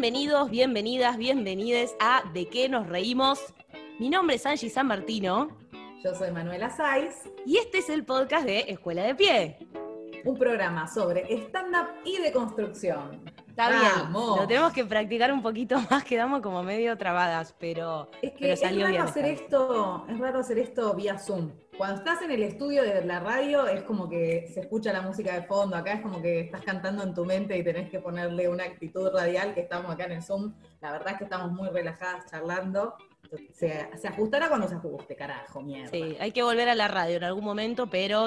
Bienvenidos, bienvenidas, bienvenides a ¿De qué nos reímos? Mi nombre es Angie San Martino. Yo soy Manuela Saiz. Y este es el podcast de Escuela de Pie. Un programa sobre stand-up y deconstrucción. Está bien, ¡Vamos! lo tenemos que practicar un poquito más, quedamos como medio trabadas, pero salió bien. Es raro hacer esto vía Zoom. Cuando estás en el estudio de la radio es como que se escucha la música de fondo, acá es como que estás cantando en tu mente y tenés que ponerle una actitud radial, que estamos acá en el Zoom. La verdad es que estamos muy relajadas charlando. Se ajustará cuando se ajuste, carajo, mierda. Sí, hay que volver a la radio en algún momento, pero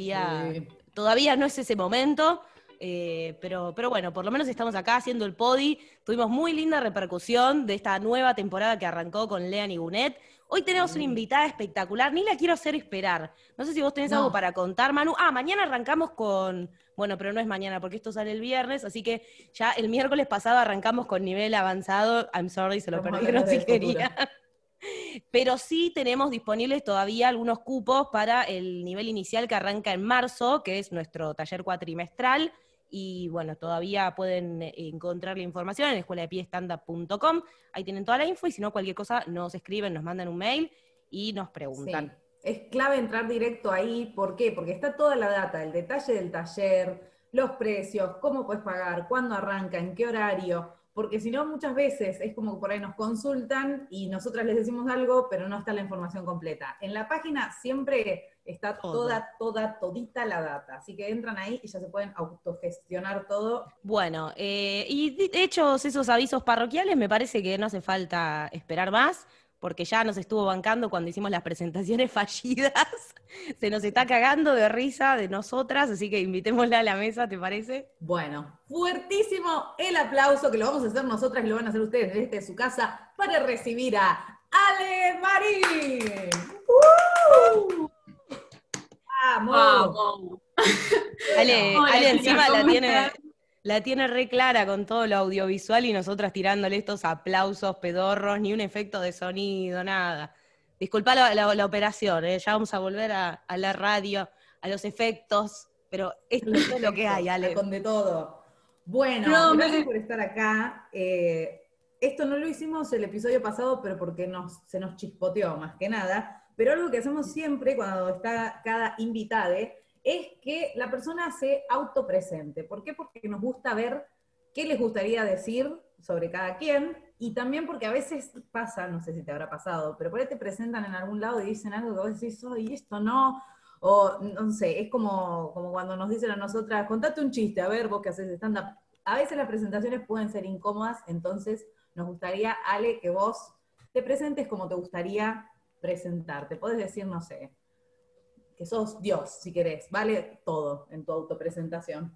todavía no es ese momento. Pero bueno, por lo menos estamos acá haciendo el podi. Tuvimos muy linda repercusión de esta nueva temporada que arrancó con Lean y Gunet. Hoy tenemos una invitada espectacular, ni la quiero hacer esperar. No sé si vos tenés algo para contar, Manu. Mañana arrancamos con... Bueno, pero no es mañana porque esto sale el viernes, así que ya el miércoles pasado arrancamos con nivel avanzado. I'm sorry, se lo perdieron si querían. Pero sí tenemos disponibles todavía algunos cupos para el nivel inicial que arranca en marzo, que es nuestro taller cuatrimestral. Y bueno, todavía pueden encontrar la información en escueladepiestanda.com. Ahí tienen toda la info y si no, cualquier cosa nos escriben, nos mandan un mail y nos preguntan. Sí. Es clave entrar directo ahí. ¿Por qué? Porque está toda la data, el detalle del taller, los precios, cómo puedes pagar, cuándo arranca, en qué horario. Porque si no, muchas veces es como que por ahí nos consultan y nosotras les decimos algo, pero no está la información completa. En la página siempre está todita la data. Así que entran ahí y ya se pueden autogestionar todo. Bueno, y hechos esos avisos parroquiales, me parece que no hace falta esperar más, porque ya nos estuvo bancando cuando hicimos las presentaciones fallidas. Se nos está cagando de risa de nosotras, así que invitémosla a la mesa, ¿te parece? Bueno, fuertísimo el aplauso que lo vamos a hacer nosotras y lo van a hacer ustedes desde su casa para recibir a Ale Marín. ¡Vamos! Ale encima la tiene re clara con todo lo audiovisual y nosotras tirándole estos aplausos pedorros, ni un efecto de sonido, nada. Disculpa la operación, ya vamos a volver a la radio, a los efectos, pero esto es lo que hay, Ale. Con de todo. Bueno, gracias por estar acá. Esto no lo hicimos el episodio pasado, pero porque se nos chispoteó más que nada. Pero algo que hacemos siempre cuando está cada invitada es que la persona se autopresente. ¿Por qué? Porque nos gusta ver qué les gustaría decir sobre cada quien, y también porque a veces pasa, no sé si te habrá pasado, pero por ahí te presentan en algún lado y dicen algo que vos decís, y esto no, o no sé, es como cuando nos dicen a nosotras, contate un chiste, a ver, vos que haces stand-up. A veces las presentaciones pueden ser incómodas, entonces nos gustaría, Ale, que vos te presentes como te gustaría presentarte. Podés decir, no sé, que sos Dios, si querés, vale todo en tu autopresentación.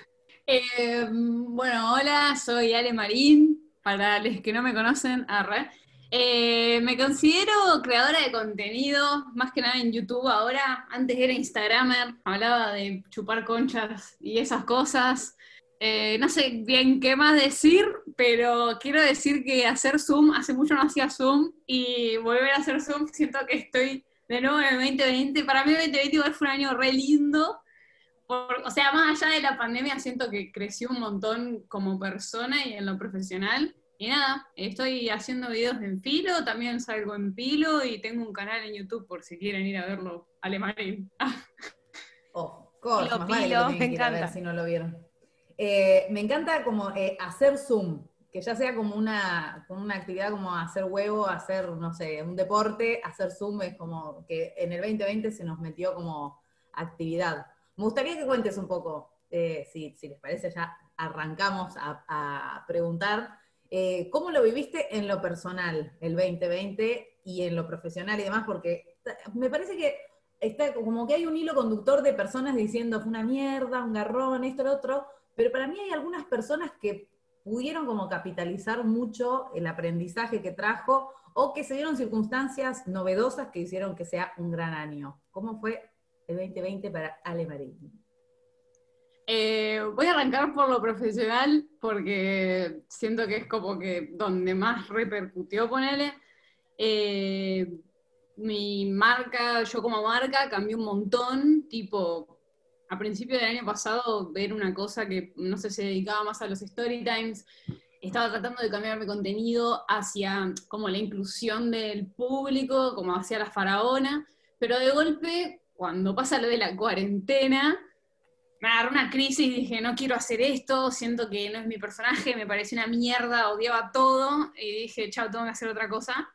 Bueno, hola, soy Ale Marín, para los que no me conocen, arre. Me considero creadora de contenido, más que nada en YouTube ahora. Antes era Instagramer, hablaba de chupar conchas y esas cosas. No sé bien qué más decir, pero quiero decir que hacer Zoom, hace mucho no hacía Zoom, y volver a hacer Zoom, siento que estoy de nuevo en el 2020. Para mí el 2020 igual fue un año re lindo. O sea, más allá de la pandemia, siento que crecí un montón como persona y en lo profesional. Y nada, estoy haciendo videos en Filo, también salgo en Pilo y tengo un canal en YouTube por si quieren ir a verlo, Alemarín. Of course, Pilo, más vale que Pilo, lo tienen que ir a ver si no lo vieron. Me encanta como hacer Zoom, que ya sea como una actividad como hacer huevo, hacer, no sé, un deporte, hacer Zoom es como que en el 2020 se nos metió como actividad. Me gustaría que cuentes un poco, si les parece, ya arrancamos a preguntar, ¿cómo lo viviste en lo personal el 2020 y en lo profesional y demás? Porque me parece que está como que hay un hilo conductor de personas diciendo fue una mierda, un garrón, esto, lo otro, pero para mí hay algunas personas que pudieron como capitalizar mucho el aprendizaje que trajo o que se dieron circunstancias novedosas que hicieron que sea un gran año. ¿Cómo fue el 2020 para Ale Marín? Voy a arrancar por lo profesional porque siento que es como que donde más repercutió, ponele. Mi marca, yo como marca, cambió un montón, tipo, a principio del año pasado ver una cosa que no sé, se dedicaba más a los story times, estaba tratando de cambiar mi contenido hacia como la inclusión del público, como hacia la faraona, pero de golpe, cuando pasa lo de la cuarentena, me agarró una crisis y dije, no quiero hacer esto, siento que no es mi personaje, me pareció una mierda, odiaba todo, y dije, chao, tengo que hacer otra cosa.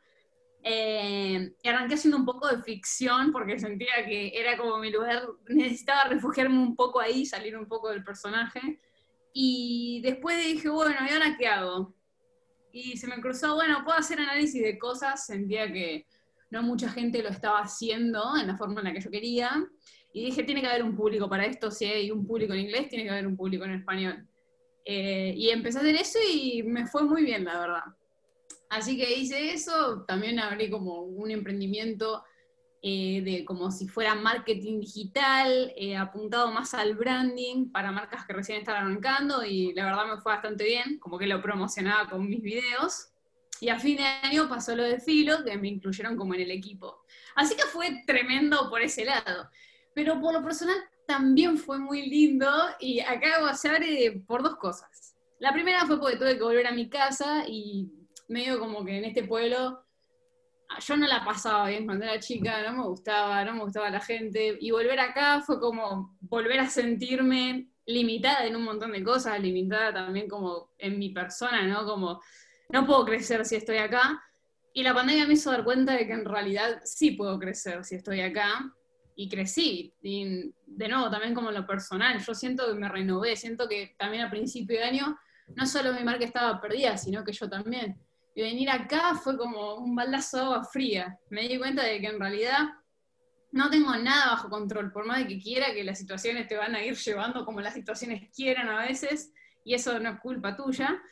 Y arranqué haciendo un poco de ficción, porque sentía que era como mi lugar, necesitaba refugiarme un poco ahí, salir un poco del personaje. Y después dije, bueno, ¿y ahora qué hago? Y se me cruzó, bueno, puedo hacer análisis de cosas, sentía que no mucha gente lo estaba haciendo en la forma en la que yo quería. Y dije, tiene que haber un público para esto, si hay un público en inglés, tiene que haber un público en español. Y empecé a hacer eso y me fue muy bien, la verdad. Así que hice eso, también abrí como un emprendimiento de como si fuera marketing digital, apuntado más al branding para marcas que recién estaban arrancando, y la verdad me fue bastante bien, como que lo promocionaba con mis videos. Y a fin de año pasó lo de Filo, que me incluyeron como en el equipo. Así que fue tremendo por ese lado. Pero por lo personal también fue muy lindo, y acá se abre por dos cosas. La primera fue porque tuve que volver a mi casa, y medio como que en este pueblo yo no la pasaba bien cuando era chica, no me gustaba la gente, y volver acá fue como volver a sentirme limitada en un montón de cosas, limitada también como en mi persona, ¿no? Como, no puedo crecer si estoy acá, y la pandemia me hizo dar cuenta de que en realidad sí puedo crecer si estoy acá, y crecí, y de nuevo también como en lo personal, yo siento que me renové, siento que también a principio de año, no solo mi marca estaba perdida, sino que yo también. Y venir acá fue como un baldazo de agua fría. Me di cuenta de que en realidad no tengo nada bajo control, por más de que quiera, que las situaciones te van a ir llevando como las situaciones quieran a veces, y eso no es culpa tuya.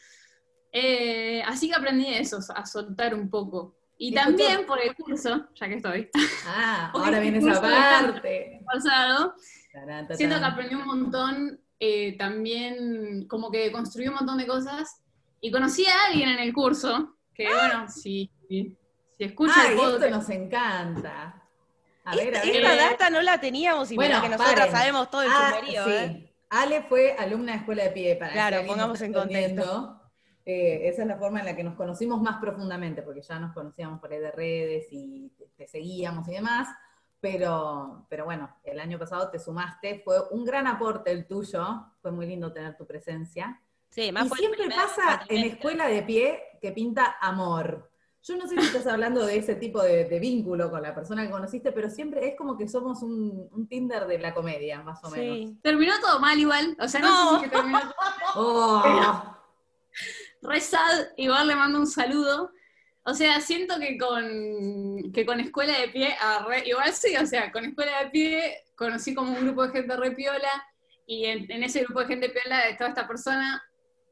Así que aprendí eso, a soltar un poco. Y también por el curso, ya que estoy. Ahora viene esa parte. Pasado, siento que aprendí un montón, también como que construí un montón de cosas. Y conocí a alguien en el curso, que bueno, si escucha el podcast... esto nos encanta. A ver. Esta data no la teníamos, y bueno, que nosotros sabemos todo el chusmerío. Sí. Ale fue alumna de Escuela de Pie, para claro, pongamos en contexto. Esa es la forma en la que nos conocimos más profundamente, porque ya nos conocíamos por ahí de redes y te seguíamos y demás, pero bueno, el año pasado te sumaste, fue un gran aporte el tuyo, fue muy lindo tener tu presencia. Sí, más y siempre pasa en Escuela de Pie que pinta amor. Yo no sé si estás hablando de ese tipo de vínculo con la persona que conociste, pero siempre es como que somos un Tinder de la comedia, más o menos. Terminó todo mal igual, o sea, no sé si terminó todo mal. Re sad, igual le mando un saludo. O sea, siento que con Escuela de Pie, igual sí, o sea, con Escuela de Pie conocí como un grupo de gente re piola, y en ese grupo de gente piola estaba esta persona.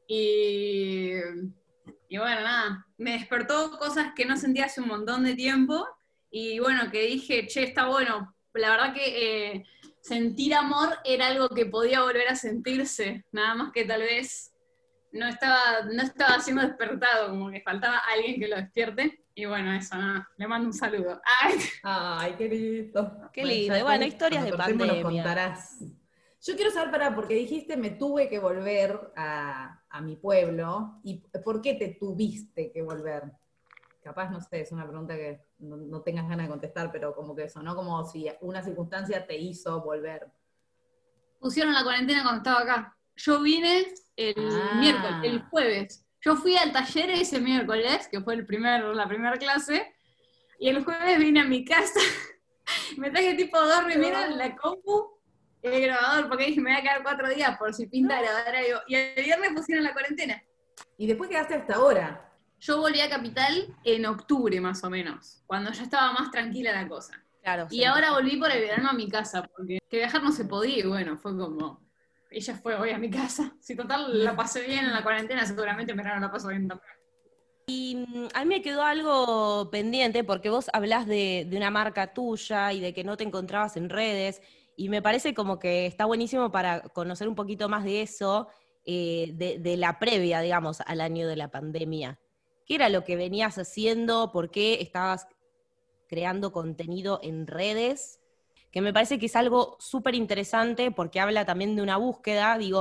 Y bueno, nada, me despertó cosas que no sentía hace un montón de tiempo, y bueno, que dije, che, está bueno. La verdad que sentir amor era algo que podía volver a sentirse, nada más que tal vez no estaba siendo despertado, como que faltaba alguien que lo despierte. Y bueno, eso, nada, le mando un saludo. Ay, qué lindo. Qué lindo, y bueno, historias de pandemia. Nos contarás. Yo quiero saber, porque dijiste, me tuve que volver a mi pueblo, y ¿por qué te tuviste que volver? Capaz, no sé, es una pregunta que no tengas ganas de contestar, pero como que eso, ¿no? Como si una circunstancia te hizo volver. Pusieron la cuarentena cuando estaba acá. Yo vine el miércoles, el jueves. Yo fui al taller ese miércoles, que fue la primera clase, y el jueves vine a mi casa, me traje tipo 2 remeras, la compu, el grabador, porque dije, me voy a quedar 4 días por si pinta grabar algo. Y el viernes pusieron la cuarentena. ¿Y después quedaste hasta ahora? Yo volví a Capital en octubre, más o menos, cuando ya estaba más tranquila la cosa. Claro, y ahora volví por el verano a mi casa, porque que viajar no se podía, y bueno, fue como, ella fue hoy a mi casa. Si total la pasé bien en la cuarentena, seguramente en verano la paso bien también. Y a mí me quedó algo pendiente, porque vos hablás de una marca tuya y de que no te encontrabas en redes, y me parece como que está buenísimo para conocer un poquito más de eso, de la previa, digamos, al año de la pandemia. ¿Qué era lo que venías haciendo? ¿Por qué estabas creando contenido en redes? Que me parece que es algo súper interesante, porque habla también de una búsqueda. Digo,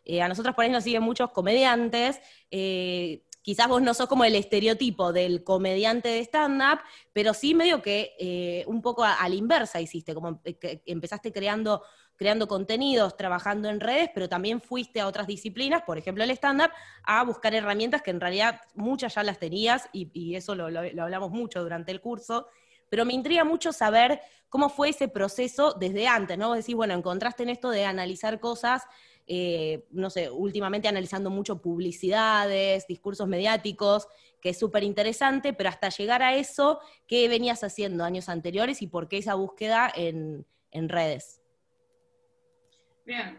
a nosotros por ahí nos siguen muchos comediantes, quizás vos no sos como el estereotipo del comediante de stand-up, pero sí medio que un poco a la inversa hiciste, como que empezaste creando contenidos, trabajando en redes, pero también fuiste a otras disciplinas, por ejemplo el stand-up, a buscar herramientas que en realidad muchas ya las tenías, y eso lo hablamos mucho durante el curso, pero me intriga mucho saber cómo fue ese proceso desde antes, ¿no? Vos decís, bueno, encontraste en esto de analizar cosas, no sé, últimamente analizando mucho publicidades, discursos mediáticos, que es súper interesante, pero hasta llegar a eso, ¿qué venías haciendo años anteriores y por qué esa búsqueda en redes? Bien.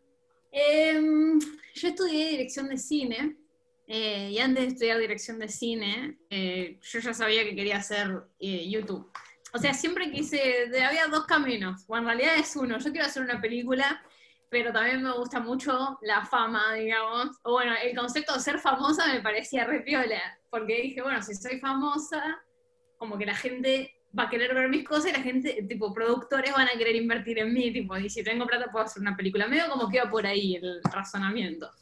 Yo estudié dirección de cine, y antes de estudiar dirección de cine, yo ya sabía que quería hacer YouTube. O sea, siempre había dos caminos, o en realidad es uno, yo quiero hacer una película, pero también me gusta mucho la fama, digamos, o bueno, el concepto de ser famosa me parecía re piola, porque dije, bueno, si soy famosa, como que la gente va a querer ver mis cosas y la gente, tipo, productores van a querer invertir en mí, tipo, y si tengo plata puedo hacer una película. Medio como que iba por ahí el razonamiento.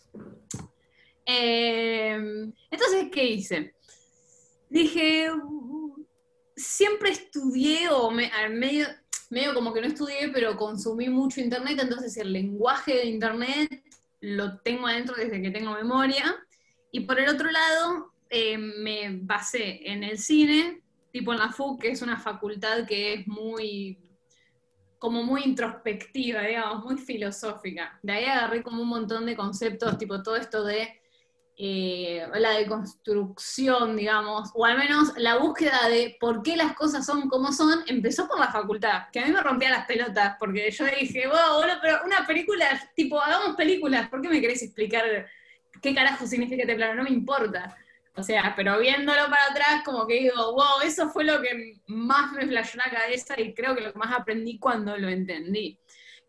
Entonces, ¿qué hice? Dije, siempre estudié, medio como que no estudié, pero consumí mucho internet, entonces el lenguaje de internet lo tengo adentro desde que tengo memoria. Y por el otro lado, me basé en el cine, tipo en la FUC, que es una facultad que es muy introspectiva, digamos, muy filosófica. De ahí agarré como un montón de conceptos, tipo todo esto de la deconstrucción, digamos, o al menos la búsqueda de por qué las cosas son como son, empezó por la facultad, que a mí me rompía las pelotas, porque yo dije, wow, pero una película, tipo, hagamos películas, ¿por qué me querés explicar qué carajo significa este plano? No me importa. O sea, pero viéndolo para atrás, como que digo, wow, eso fue lo que más me flashó en la cabeza y creo que lo que más aprendí cuando lo entendí.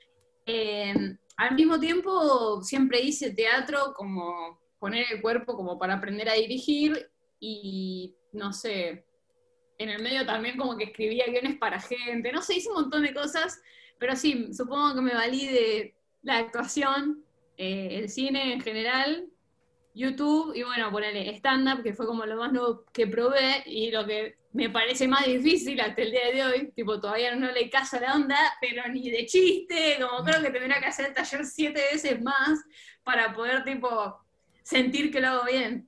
Al mismo tiempo, siempre hice teatro como poner el cuerpo como para aprender a dirigir y, no sé, en el medio también como que escribía guiones para gente, no sé, hice un montón de cosas, pero sí, supongo que me valí de la actuación, el cine en general, YouTube y bueno, ponerle stand-up, que fue como lo más nuevo que probé y lo que me parece más difícil hasta el día de hoy, tipo todavía no le caso la onda, pero ni de chiste, como creo que tendría que hacer el taller 7 veces más para poder tipo sentir que lo hago bien.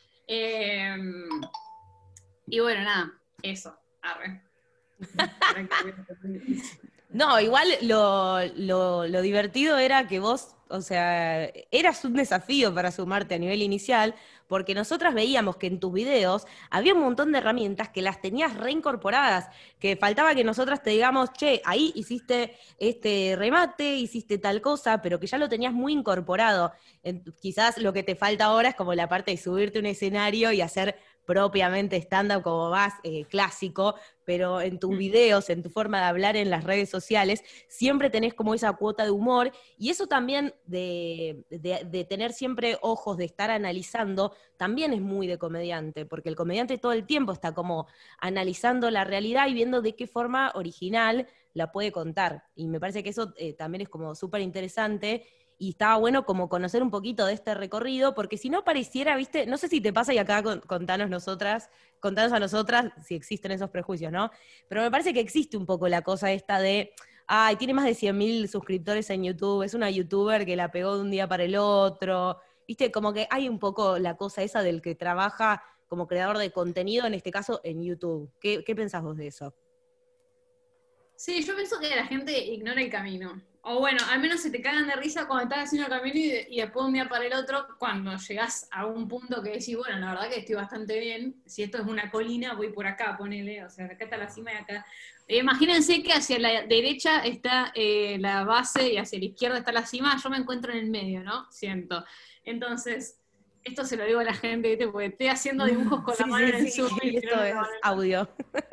Y bueno, nada, eso, arre. No, igual lo divertido era que vos, o sea, eras un desafío para sumarte a nivel inicial, porque nosotras veíamos que en tus videos había un montón de herramientas que las tenías reincorporadas, que faltaba que nosotras te digamos, che, ahí hiciste este remate, hiciste tal cosa, pero que ya lo tenías muy incorporado. Quizás lo que te falta ahora es como la parte de subirte a un escenario y hacer propiamente stand-up como más clásico, pero en tus videos, en tu forma de hablar en las redes sociales, siempre tenés como esa cuota de humor, y eso también de tener siempre ojos, de estar analizando, también es muy de comediante, porque el comediante todo el tiempo está como analizando la realidad y viendo de qué forma original la puede contar, y me parece que eso también es como súper interesante, y estaba bueno como conocer un poquito de este recorrido, porque si no pareciera, viste, no sé si te pasa y acá contanos a nosotras si existen esos prejuicios, ¿no? Pero me parece que existe un poco la cosa esta de, ay, tiene más de 100.000 suscriptores en YouTube, es una youtuber que la pegó de un día para el otro, viste, como que hay un poco la cosa esa del que trabaja como creador de contenido, en este caso en YouTube. ¿Qué pensás vos de eso? Sí, yo pienso que la gente ignora el camino. O bueno, al menos se te cagan de risa cuando estás haciendo el camino y después un día para el otro, cuando llegás a un punto que decís, bueno, la verdad que estoy bastante bien, si esto es una colina, voy por acá, ponele, o sea, acá está la cima y acá. Imagínense que hacia la derecha está la base y hacia la izquierda está la cima, yo me encuentro en el medio, ¿no? Siento. Entonces, esto se lo digo a la gente, ¿viste? Porque estoy haciendo dibujos con la mano en el Zoom. Y esto es audio.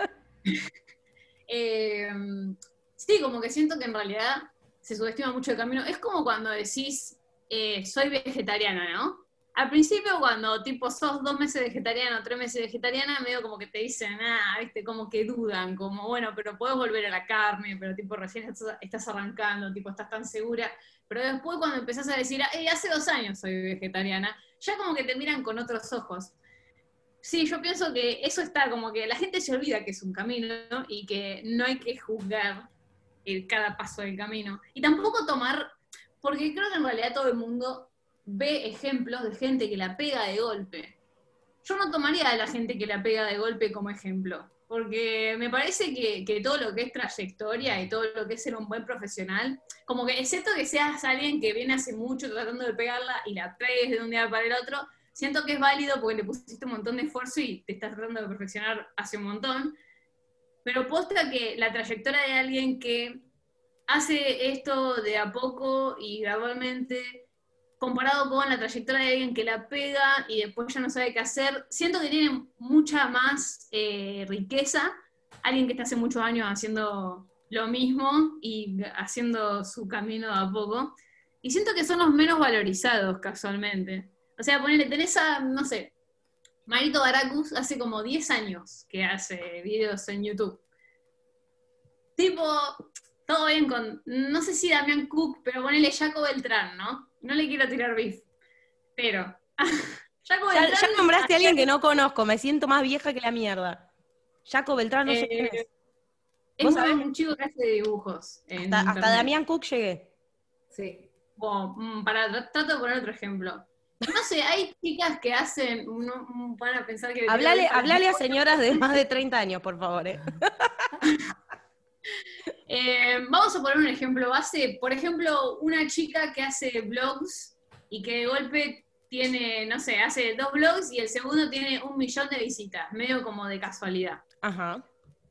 Sí, como que siento que en realidad se subestima mucho el camino. Es como cuando decís, soy vegetariana, ¿no? al principio cuando tipo sos 2 meses vegetariano, 3 meses vegetariana, medio como que te dicen, viste, como que dudan, como, bueno, pero podés volver a la carne, pero tipo recién estás arrancando, tipo estás tan segura. Pero después cuando empezás a decir, hace 2 años soy vegetariana, ya como que te miran con otros ojos. Sí, yo pienso que eso está como que la gente se olvida que es un camino, ¿no? Y que no hay que juzgar cada paso del camino. Y tampoco tomar, porque creo que en realidad todo el mundo ve ejemplos de gente que la pega de golpe. Yo no tomaría a la gente que la pega de golpe como ejemplo, porque me parece que todo lo que es trayectoria y todo lo que es ser un buen profesional, como que excepto que seas alguien que viene hace mucho tratando de pegarla y la traes de un día para el otro, siento que es válido porque le pusiste un montón de esfuerzo y te estás tratando de perfeccionar hace un montón, pero posta que la trayectoria de alguien que hace esto de a poco y gradualmente, comparado con la trayectoria de alguien que la pega y después ya no sabe qué hacer, siento que tiene mucha más riqueza alguien que está hace muchos años haciendo lo mismo y haciendo su camino de a poco, y siento que son los menos valorizados casualmente. O sea, tenés a, no sé, Marito Baracus hace como 10 años que hace videos en YouTube. Tipo, todo bien con, no sé si Damián Cook, pero ponele Jaco Beltrán, ¿no? No le quiero tirar beef, pero Jaco Beltrán... Ya nombraste a alguien que no conozco, me siento más vieja que la mierda. Jaco Beltrán, no sé quién es. Es un chico que hace dibujos. Hasta Damián Cook llegué. Sí. Bueno, trato de poner otro ejemplo. No sé, hay chicas que hacen, van a pensar que... Hablale a señoras de más de 30 años, por favor. Vamos a poner un ejemplo base. Por ejemplo, una chica que hace vlogs y que de golpe tiene, no sé, hace 2 vlogs y el segundo tiene 1 millón de visitas, medio como de casualidad. Ajá.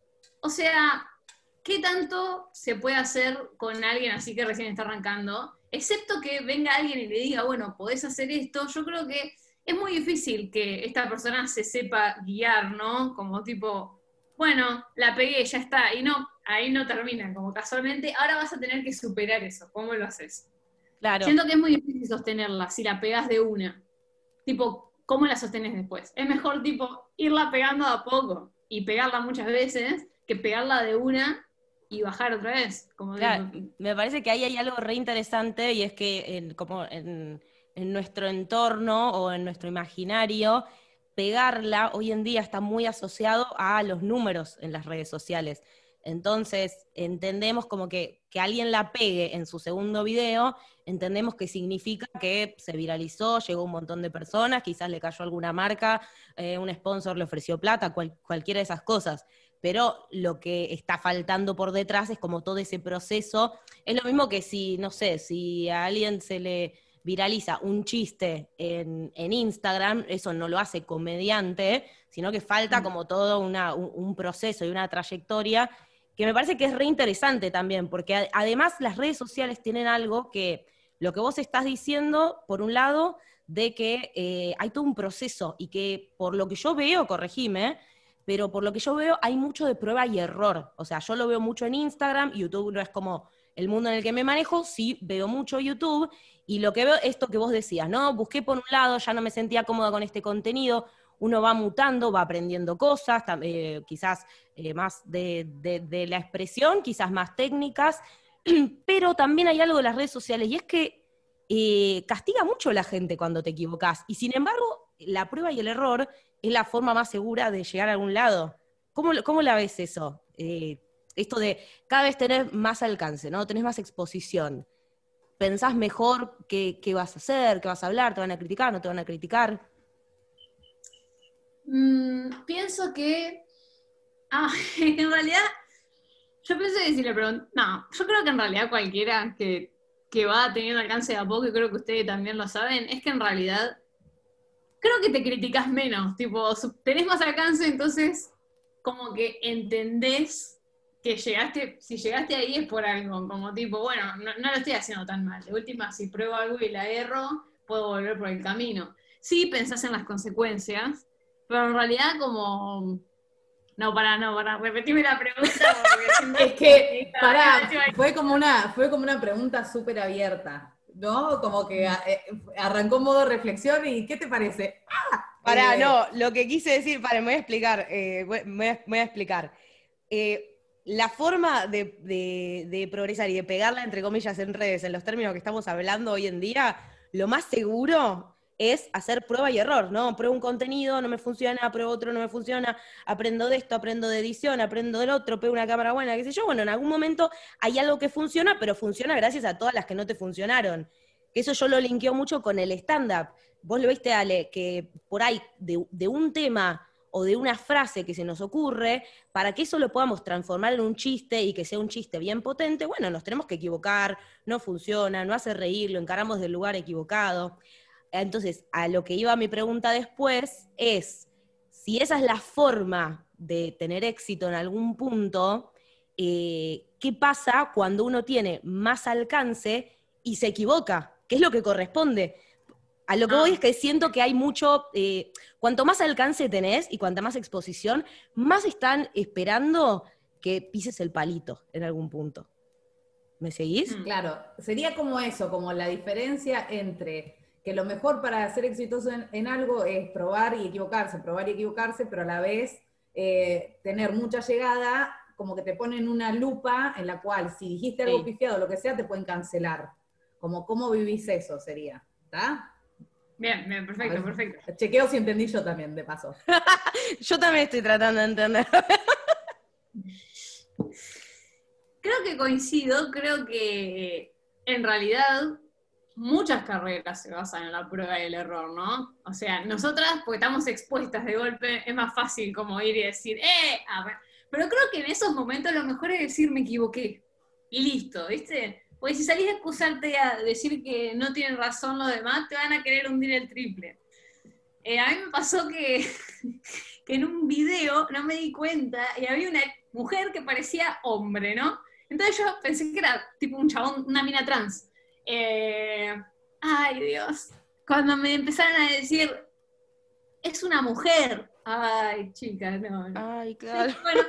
O sea, ¿qué tanto se puede hacer con alguien así que recién está arrancando? Excepto que venga alguien y le diga, bueno, podés hacer esto. Yo creo que es muy difícil que esta persona se sepa guiar, ¿no? Como tipo, bueno, la pegué, ya está, y no, ahí no termina, como casualmente, ahora vas a tener que superar eso. ¿Cómo lo haces? Claro. Siento que es muy difícil sostenerla si la pegás de una. Tipo, ¿cómo la sostenés después? Es mejor, tipo, irla pegando a poco y pegarla muchas veces que pegarla de una y bajar otra vez. Como claro, me parece que ahí hay algo re interesante y es que como en nuestro entorno o en nuestro imaginario, pegarla hoy en día está muy asociado a los números en las redes sociales. Entonces, entendemos como que alguien la pegue en su segundo video, entendemos que significa que se viralizó, llegó un montón de personas, quizás le cayó alguna marca, un sponsor le ofreció plata, cualquiera de esas cosas. Pero lo que está faltando por detrás es como todo ese proceso. Es lo mismo que si, no sé, si a alguien se le viraliza un chiste en Instagram, eso no lo hace comediante, sino que falta como todo un proceso y una trayectoria que me parece que es re interesante también, porque además las redes sociales tienen algo que, lo que vos estás diciendo, por un lado, de que hay todo un proceso y que por lo que yo veo, corregime, pero por lo que yo veo hay mucho de prueba y error. O sea, yo lo veo mucho en Instagram, YouTube no es como el mundo en el que me manejo, sí veo mucho YouTube, y lo que veo es esto que vos decías, ¿no? Busqué por un lado, ya no me sentía cómoda con este contenido, uno va mutando, va aprendiendo cosas, quizás más de la expresión, quizás más técnicas, pero también hay algo de las redes sociales, y es que castiga mucho a la gente cuando te equivocás, y sin embargo, la prueba y el error es la forma más segura de llegar a algún lado. ¿Cómo la ves eso? Esto de cada vez tener más alcance, ¿no? Tenés más exposición. Pensás mejor qué vas a hacer, qué vas a hablar, te van a criticar, no te van a criticar. Pienso que... en realidad, yo pensé que si le pregunto... No, yo creo que en realidad cualquiera que va teniendo alcance de a poco, y creo que ustedes también lo saben, es que en realidad creo que te criticas menos, tipo, tenés más alcance, entonces como que entendés que si llegaste ahí es por algo, como tipo, bueno, no lo estoy haciendo tan mal, de última, si pruebo algo y la erro, puedo volver por el camino. Sí pensás en las consecuencias, pero en realidad como... No, repetime la pregunta. Es que, fue como una pregunta súper abierta. ¿no? Como que arrancó modo reflexión y ¿qué te parece? Pará, no, lo que quise decir, me voy a explicar, me voy a explicar. La forma de progresar y de pegarla, entre comillas, en redes, en los términos que estamos hablando hoy en día, lo más seguro es hacer prueba y error, ¿no? Pruebo un contenido, no me funciona, pruebo otro, no me funciona, aprendo de esto, aprendo de edición, aprendo del otro, pego una cámara buena, qué sé yo. Bueno, en algún momento hay algo que funciona, pero funciona gracias a todas las que no te funcionaron. Eso yo lo linkeo mucho con el stand-up. Vos lo viste, Ale, que por ahí de un tema o de una frase que se nos ocurre, para que eso lo podamos transformar en un chiste y que sea un chiste bien potente, bueno, nos tenemos que equivocar, no funciona, no hace reír, lo encaramos del lugar equivocado. Entonces, a lo que iba mi pregunta después es, si esa es la forma de tener éxito en algún punto, ¿qué pasa cuando uno tiene más alcance y se equivoca? ¿Qué es lo que corresponde? A lo que voy es que siento que hay mucho, cuanto más alcance tenés y cuanta más exposición, más están esperando que pises el palito en algún punto. ¿Me seguís? Claro, sería como eso, como la diferencia entre que lo mejor para ser exitoso en algo es probar y equivocarse, pero a la vez tener mucha llegada, como que te ponen una lupa en la cual si dijiste algo pifiado o lo que sea, te pueden cancelar. Como cómo vivís eso sería, ¿está? Bien, perfecto, perfecto. Chequeo si entendí yo también, de paso. Yo también estoy tratando de entender. Creo que coincido, creo que en realidad muchas carreras se basan en la prueba y el error, ¿no? O sea, nosotras, porque estamos expuestas de golpe, es más fácil como ir y decir, a ver. Pero creo que en esos momentos lo mejor es decir, me equivoqué. Y listo, ¿viste? Porque si salís a excusarte a decir que no tienen razón los demás, te van a querer hundir el triple. A mí me pasó que en un video no me di cuenta y había una mujer que parecía hombre, ¿no? Entonces yo pensé que era tipo un chabón, una mina trans. Ay, Dios. Cuando me empezaron a decir, es una mujer. Ay, chica, no. Ay, claro. Bueno,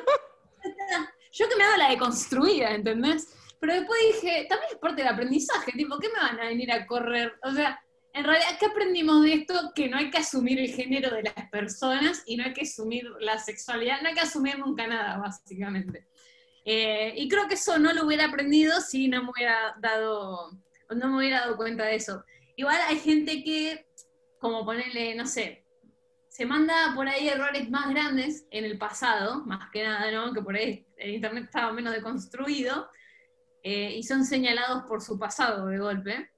yo que me hago la deconstruida, ¿entendés? Pero después dije, también es parte del aprendizaje, tipo, ¿qué me van a venir a correr? O sea, en realidad, ¿qué aprendimos de esto? Que no hay que asumir el género de las personas y no hay que asumir la sexualidad, no hay que asumir nunca nada, básicamente. Y creo que eso no lo hubiera aprendido si no me hubiera dado cuenta de eso. Igual hay gente que, como ponerle, no sé, se manda por ahí errores más grandes en el pasado, más que nada, ¿no? Que por ahí el internet estaba menos deconstruido, y son señalados por su pasado de golpe.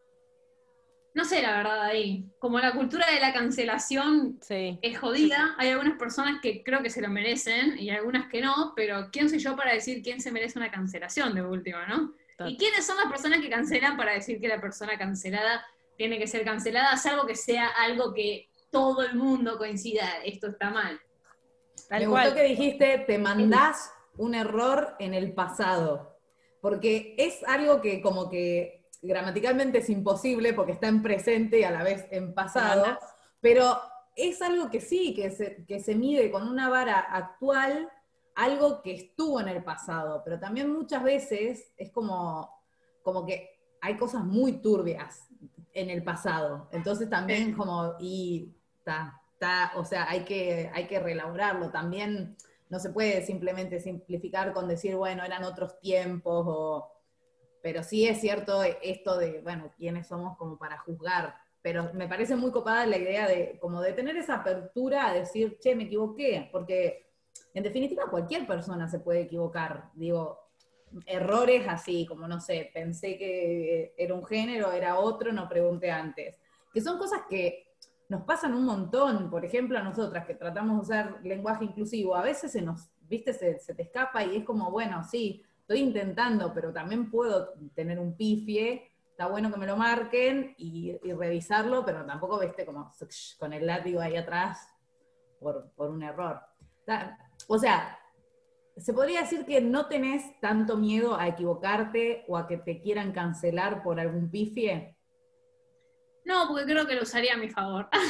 No sé, la verdad, ahí. Como la cultura de la cancelación es jodida, hay algunas personas que creo que se lo merecen y algunas que no, pero ¿quién soy yo para decir quién se merece una cancelación de última, no? ¿Y quiénes son las personas que cancelan para decir que la persona cancelada tiene que ser cancelada, salvo que sea algo que todo el mundo coincida, esto está mal? Me gustó que dijiste, te mandás un error en el pasado, porque es algo que como que gramaticalmente es imposible porque está en presente y a la vez en pasado, pero es algo que sí, que se mide con una vara actual, algo que estuvo en el pasado, pero también muchas veces es como que hay cosas muy turbias en el pasado, entonces también como, y o sea, hay que reelaborarlo, también no se puede simplemente simplificar con decir, bueno, eran otros tiempos, pero sí es cierto esto de, bueno, quiénes somos como para juzgar, pero me parece muy copada la idea de tener esa apertura a decir, che, me equivoqué, porque en definitiva cualquier persona se puede equivocar, digo, errores así, como no sé, pensé que era un género, era otro, no pregunté antes, que son cosas que nos pasan un montón, por ejemplo, a nosotras que tratamos de usar lenguaje inclusivo, a veces se te escapa y es como, bueno, sí, estoy intentando, pero también puedo tener un pifie, está bueno que me lo marquen y revisarlo, pero tampoco, viste, como con el látigo ahí atrás por un error. O sea, se podría decir que no tenés tanto miedo a equivocarte o a que te quieran cancelar por algún pifie. No, porque creo que lo usaría a mi favor.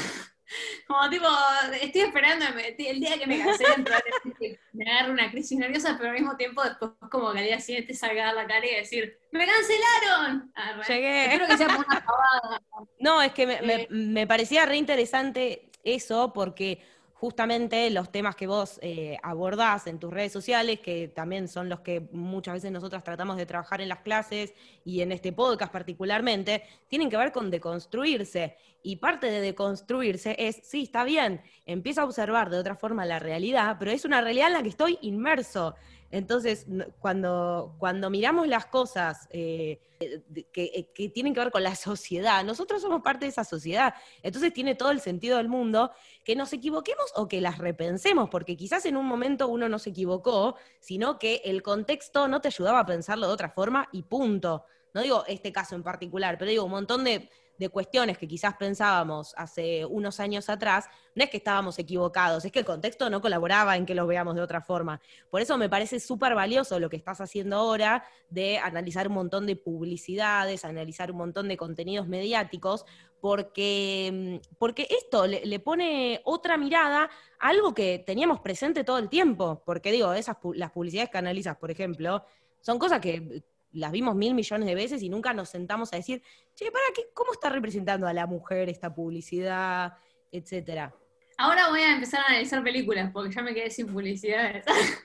Como tipo, estoy esperando el día que me cancelen, probablemente me agarre una crisis nerviosa, pero al mismo tiempo después como que al día siguiente salga a dar la cara y decir, ¡me cancelaron! Llegué. Espero que sea por una pavada. No, es que me parecía re interesante eso, porque justamente los temas que vos abordás en tus redes sociales, que también son los que muchas veces nosotras tratamos de trabajar en las clases y en este podcast particularmente, tienen que ver con deconstruirse. Y parte de deconstruirse es, sí, está bien, empiezo a observar de otra forma la realidad, pero es una realidad en la que estoy inmerso. Entonces, cuando miramos las cosas que tienen que ver con la sociedad, nosotros somos parte de esa sociedad, entonces tiene todo el sentido del mundo que nos equivoquemos o que las repensemos, porque quizás en un momento uno no se equivocó, sino que el contexto no te ayudaba a pensarlo de otra forma y punto. No digo este caso en particular, pero digo un montón de cuestiones que quizás pensábamos hace unos años atrás, no es que estábamos equivocados, es que el contexto no colaboraba en que lo veamos de otra forma. Por eso me parece súper valioso lo que estás haciendo ahora de analizar un montón de publicidades, analizar un montón de contenidos mediáticos, porque esto le pone otra mirada a algo que teníamos presente todo el tiempo. Porque digo, las publicidades que analizas, por ejemplo, son cosas que las vimos 1.000 millones de veces y nunca nos sentamos a decir, che, ¿cómo está representando a la mujer esta publicidad, etcétera? Ahora voy a empezar a analizar películas, porque ya me quedé sin publicidades.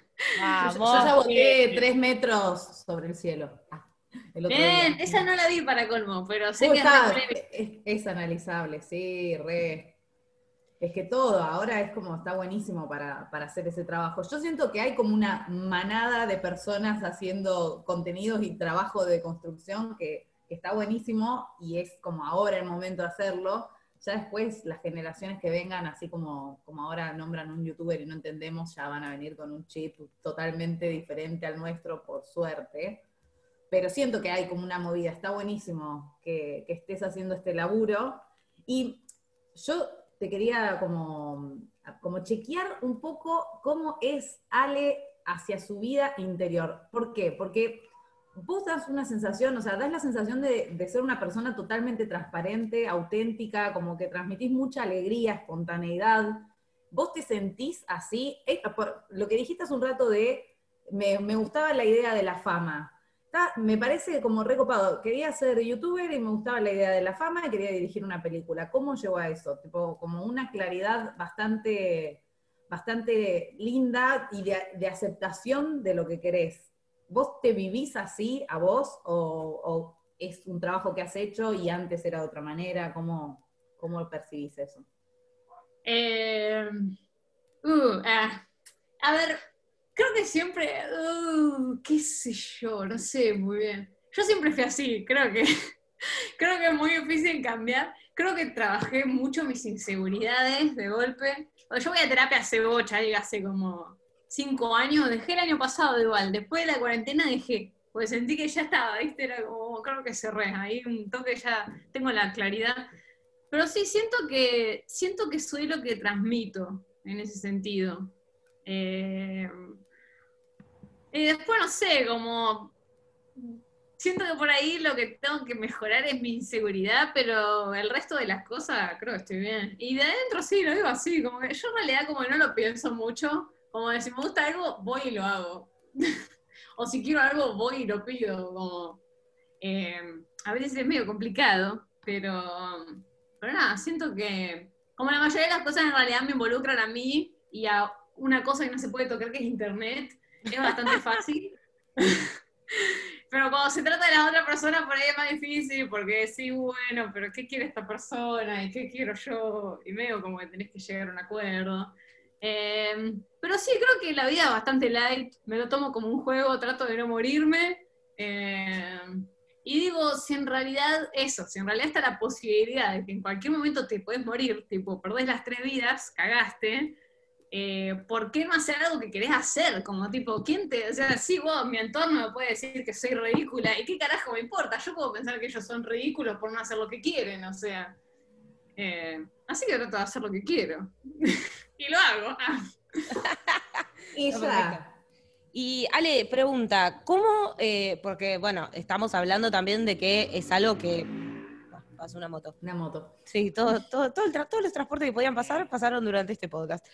Yo ya boté 3 metros sobre el cielo. Bien, esa no la vi para colmo, pero sé que es analizable, sí, re. Es que todo ahora es como, está buenísimo para hacer ese trabajo. Yo siento que hay como una manada de personas haciendo contenidos y trabajo de construcción que está buenísimo y es como ahora el momento de hacerlo. Ya después las generaciones que vengan, así como ahora nombran un youtuber y no entendemos, ya van a venir con un chip totalmente diferente al nuestro, por suerte. Pero siento que hay como una movida, está buenísimo que estés haciendo este laburo. Y yo te quería como chequear un poco cómo es Ale hacia su vida interior. ¿Por qué? Porque vos das una sensación, o sea, das la sensación de ser una persona totalmente transparente, auténtica, como que transmitís mucha alegría, espontaneidad. ¿Vos te sentís así? Por lo que dijiste hace un rato me gustaba la idea de la fama. Me parece como recopado. Quería ser youtuber y me gustaba la idea de la fama y quería dirigir una película. ¿Cómo llegó a eso? Tipo, como una claridad bastante linda y de aceptación de lo que querés. ¿Vos te vivís así a vos o es un trabajo que has hecho y antes era de otra manera? ¿Cómo percibís eso? A ver, creo que siempre, qué sé yo, no sé muy bien. Yo siempre fui así, creo que es muy difícil cambiar. Creo que trabajé mucho mis inseguridades de golpe. Yo voy a terapia hace como 5 años, dejé el año pasado igual. Después de la cuarentena dejé, porque sentí que ya estaba, ¿viste? Era como, creo que cerré, ahí un toque ya tengo la claridad. Pero sí, siento que soy lo que transmito en ese sentido. Y después, no sé, como siento que por ahí lo que tengo que mejorar es mi inseguridad, pero el resto de las cosas creo que estoy bien. Y de adentro sí, lo digo así, como que yo en realidad como no lo pienso mucho, como que si me gusta algo, voy y lo hago. O si quiero algo, voy y lo pido. Como, a veces es medio complicado, pero nada, siento que como la mayoría de las cosas en realidad me involucran a mí y a una cosa que no se puede tocar, que es internet, es bastante fácil. Pero cuando se trata de la otra persona, por ahí es más difícil, porque sí, bueno, pero ¿qué quiere esta persona? ¿Y qué quiero yo? Y medio como que tenés que llegar a un acuerdo. Pero sí, creo que la vida es bastante light, me lo tomo como un juego, trato de no morirme. Y digo, si en realidad está la posibilidad de que en cualquier momento te podés morir, tipo, perdés las 3 vidas, cagaste, ¿por qué no hacer algo que querés hacer? Como tipo, o sea, sí, vos, mi entorno me puede decir que soy ridícula, ¿y qué carajo me importa? Yo puedo pensar que ellos son ridículos por no hacer lo que quieren, o sea. Así que trato de hacer lo que quiero. Y lo hago. Y ya. Y Ale, pregunta, ¿cómo, porque bueno, estamos hablando también de que es algo que pasó una moto. Una moto. Sí, todos los transportes que podían pasar, pasaron durante este podcast.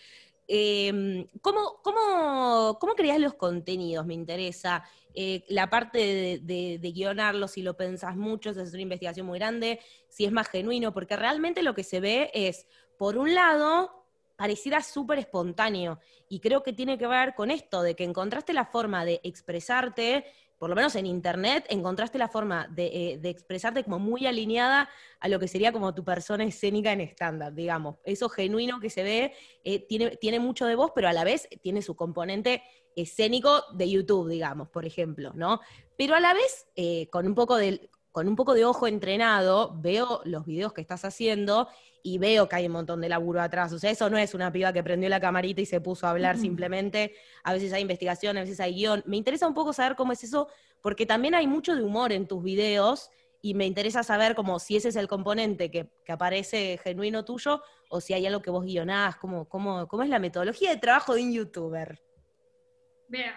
¿Cómo creás los contenidos? Me interesa. La parte de guionarlo, si lo pensás mucho, si es una investigación muy grande, si es más genuino, porque realmente lo que se ve es, por un lado, pareciera súper espontáneo, y creo que tiene que ver con esto, de que encontraste la forma de expresarte, por lo menos en internet, encontraste la forma de expresarte como muy alineada a lo que sería como tu persona escénica en stand-up, digamos. Eso genuino que se ve, tiene mucho de vos, pero a la vez tiene su componente escénico de YouTube, digamos, por ejemplo, ¿no? Pero a la vez, con un poco de ojo entrenado, veo los videos que estás haciendo y veo que hay un montón de laburo atrás. O sea, eso no es una piba que prendió la camarita y se puso a hablar simplemente. A veces hay investigación, a veces hay guión. Me interesa un poco saber cómo es eso, porque también hay mucho de humor en tus videos y me interesa saber como si ese es el componente que aparece genuino tuyo o si hay algo que vos guionás, cómo es la metodología de trabajo de un youtuber. Bien.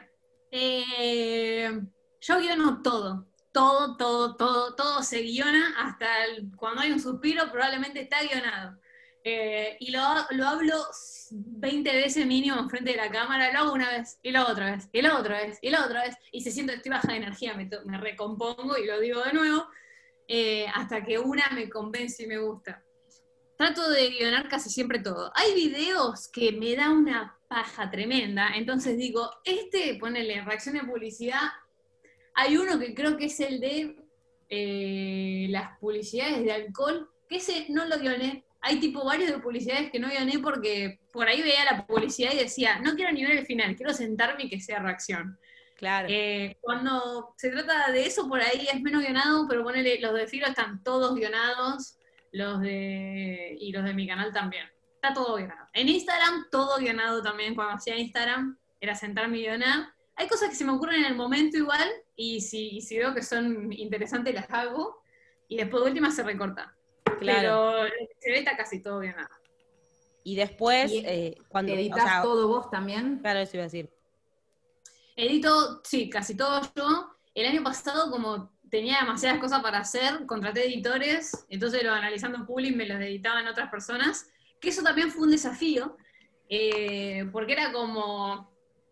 Yo guiono todo. Todo se guiona, hasta cuando hay un suspiro probablemente está guionado. Y lo hablo 20 veces mínimo enfrente de la cámara, lo hago una vez, y lo hago otra vez, y lo hago otra vez, y lo hago otra vez, y se siente que estoy baja de energía, me recompongo y lo digo de nuevo, hasta que una me convence y me gusta. Trato de guionar casi siempre todo. Hay videos que me da una paja tremenda, entonces digo, ponele reacción de publicidad. Hay uno que creo que es el de las publicidades de alcohol, que ese no lo guioné. Hay tipo varios de publicidades que no guioné porque por ahí veía la publicidad y decía, no quiero ni ver el final, quiero sentarme y que sea reacción. Claro. Cuando se trata de eso, por ahí es menos guionado, pero ponele, los de Filo están todos guionados, y los de mi canal también. Está todo guionado. En Instagram, todo guionado también. Cuando hacía Instagram, era sentarme y guionar. Hay cosas que se me ocurren en el momento igual, y si veo que son interesantes las hago, y después de última se recorta. Claro. Pero lo que se ve está casi todo guionado. Y después, cuando editas todo vos también. Claro, eso iba a decir. Edito, sí, casi todo yo. El año pasado, como tenía demasiadas cosas para hacer, contraté editores, entonces lo analizando en Public me los editaban otras personas, que eso también fue un desafío, porque era como...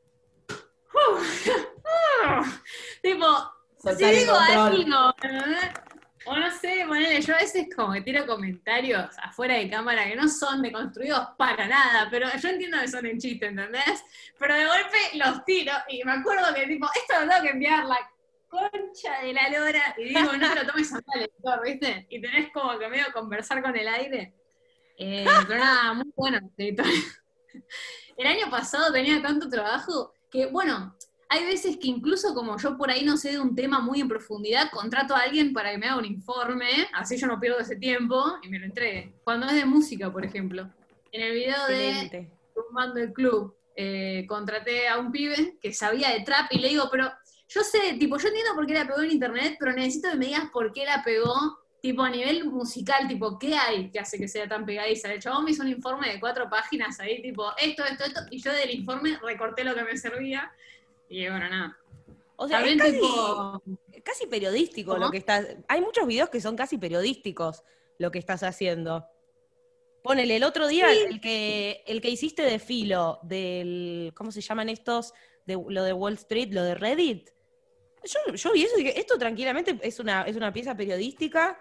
tipo, soltar si digo algo, o no sé, ponele, yo a veces como que tiro comentarios afuera de cámara que no son deconstruidos para nada, pero yo entiendo que son en chiste, ¿entendés? Pero de golpe los tiro y me acuerdo que tipo, esto lo tengo que enviar la concha de la lora, y digo, no te lo tomes a mal editor, ¿viste? Y tenés como que medio conversar con el aire. Pero nada, muy bueno editor. El año pasado tenía tanto trabajo que, bueno, hay veces que incluso como yo por ahí no sé de un tema muy en profundidad, contrato a alguien para que me haga un informe, así yo no pierdo ese tiempo y me lo entregue. Cuando es de música, por ejemplo. En el video de Tumbando el Club, contraté a un pibe que sabía de trap y le digo, pero yo sé, tipo, yo entiendo por qué la pegó en internet, pero necesito que me digas por qué la pegó, tipo, a nivel musical, tipo, ¿qué hay que hace que sea tan pegadiza? El chabón me hizo un informe de 4 páginas ahí, tipo, esto, y yo del informe recorté lo que me servía. Y bueno, nada. O sea, es casi periodístico lo que estás... Hay muchos videos que son casi periodísticos lo que estás haciendo. Ponele, el otro día, sí. el que hiciste de Filo, del... ¿Cómo se llaman estos? Lo de Wall Street, lo de Reddit. Yo vi eso y dije, esto tranquilamente es una pieza periodística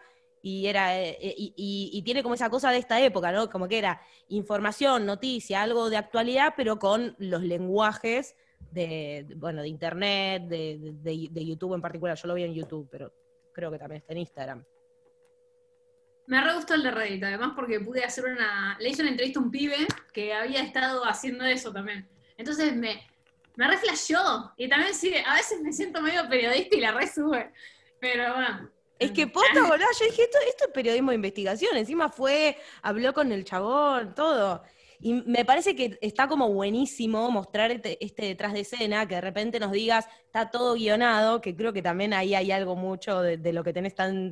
y tiene como esa cosa de esta época, ¿no? Como que era información, noticia, algo de actualidad, pero con los lenguajes de internet, de YouTube en particular. Yo lo vi en YouTube, pero creo que también está en Instagram. Me re gustó el de Reddit, además porque pude hacer le hice una entrevista a un pibe que había estado haciendo eso también. Entonces me re flashó. Y también sí, a veces me siento medio periodista y la re sube. Pero bueno. Es que posta, boludo, yo dije, esto es periodismo de investigación. Encima habló con el chabón, todo. Y me parece que está como buenísimo mostrar este detrás de escena, que de repente nos digas, está todo guionado, que creo que también ahí hay algo mucho de lo que tenés tan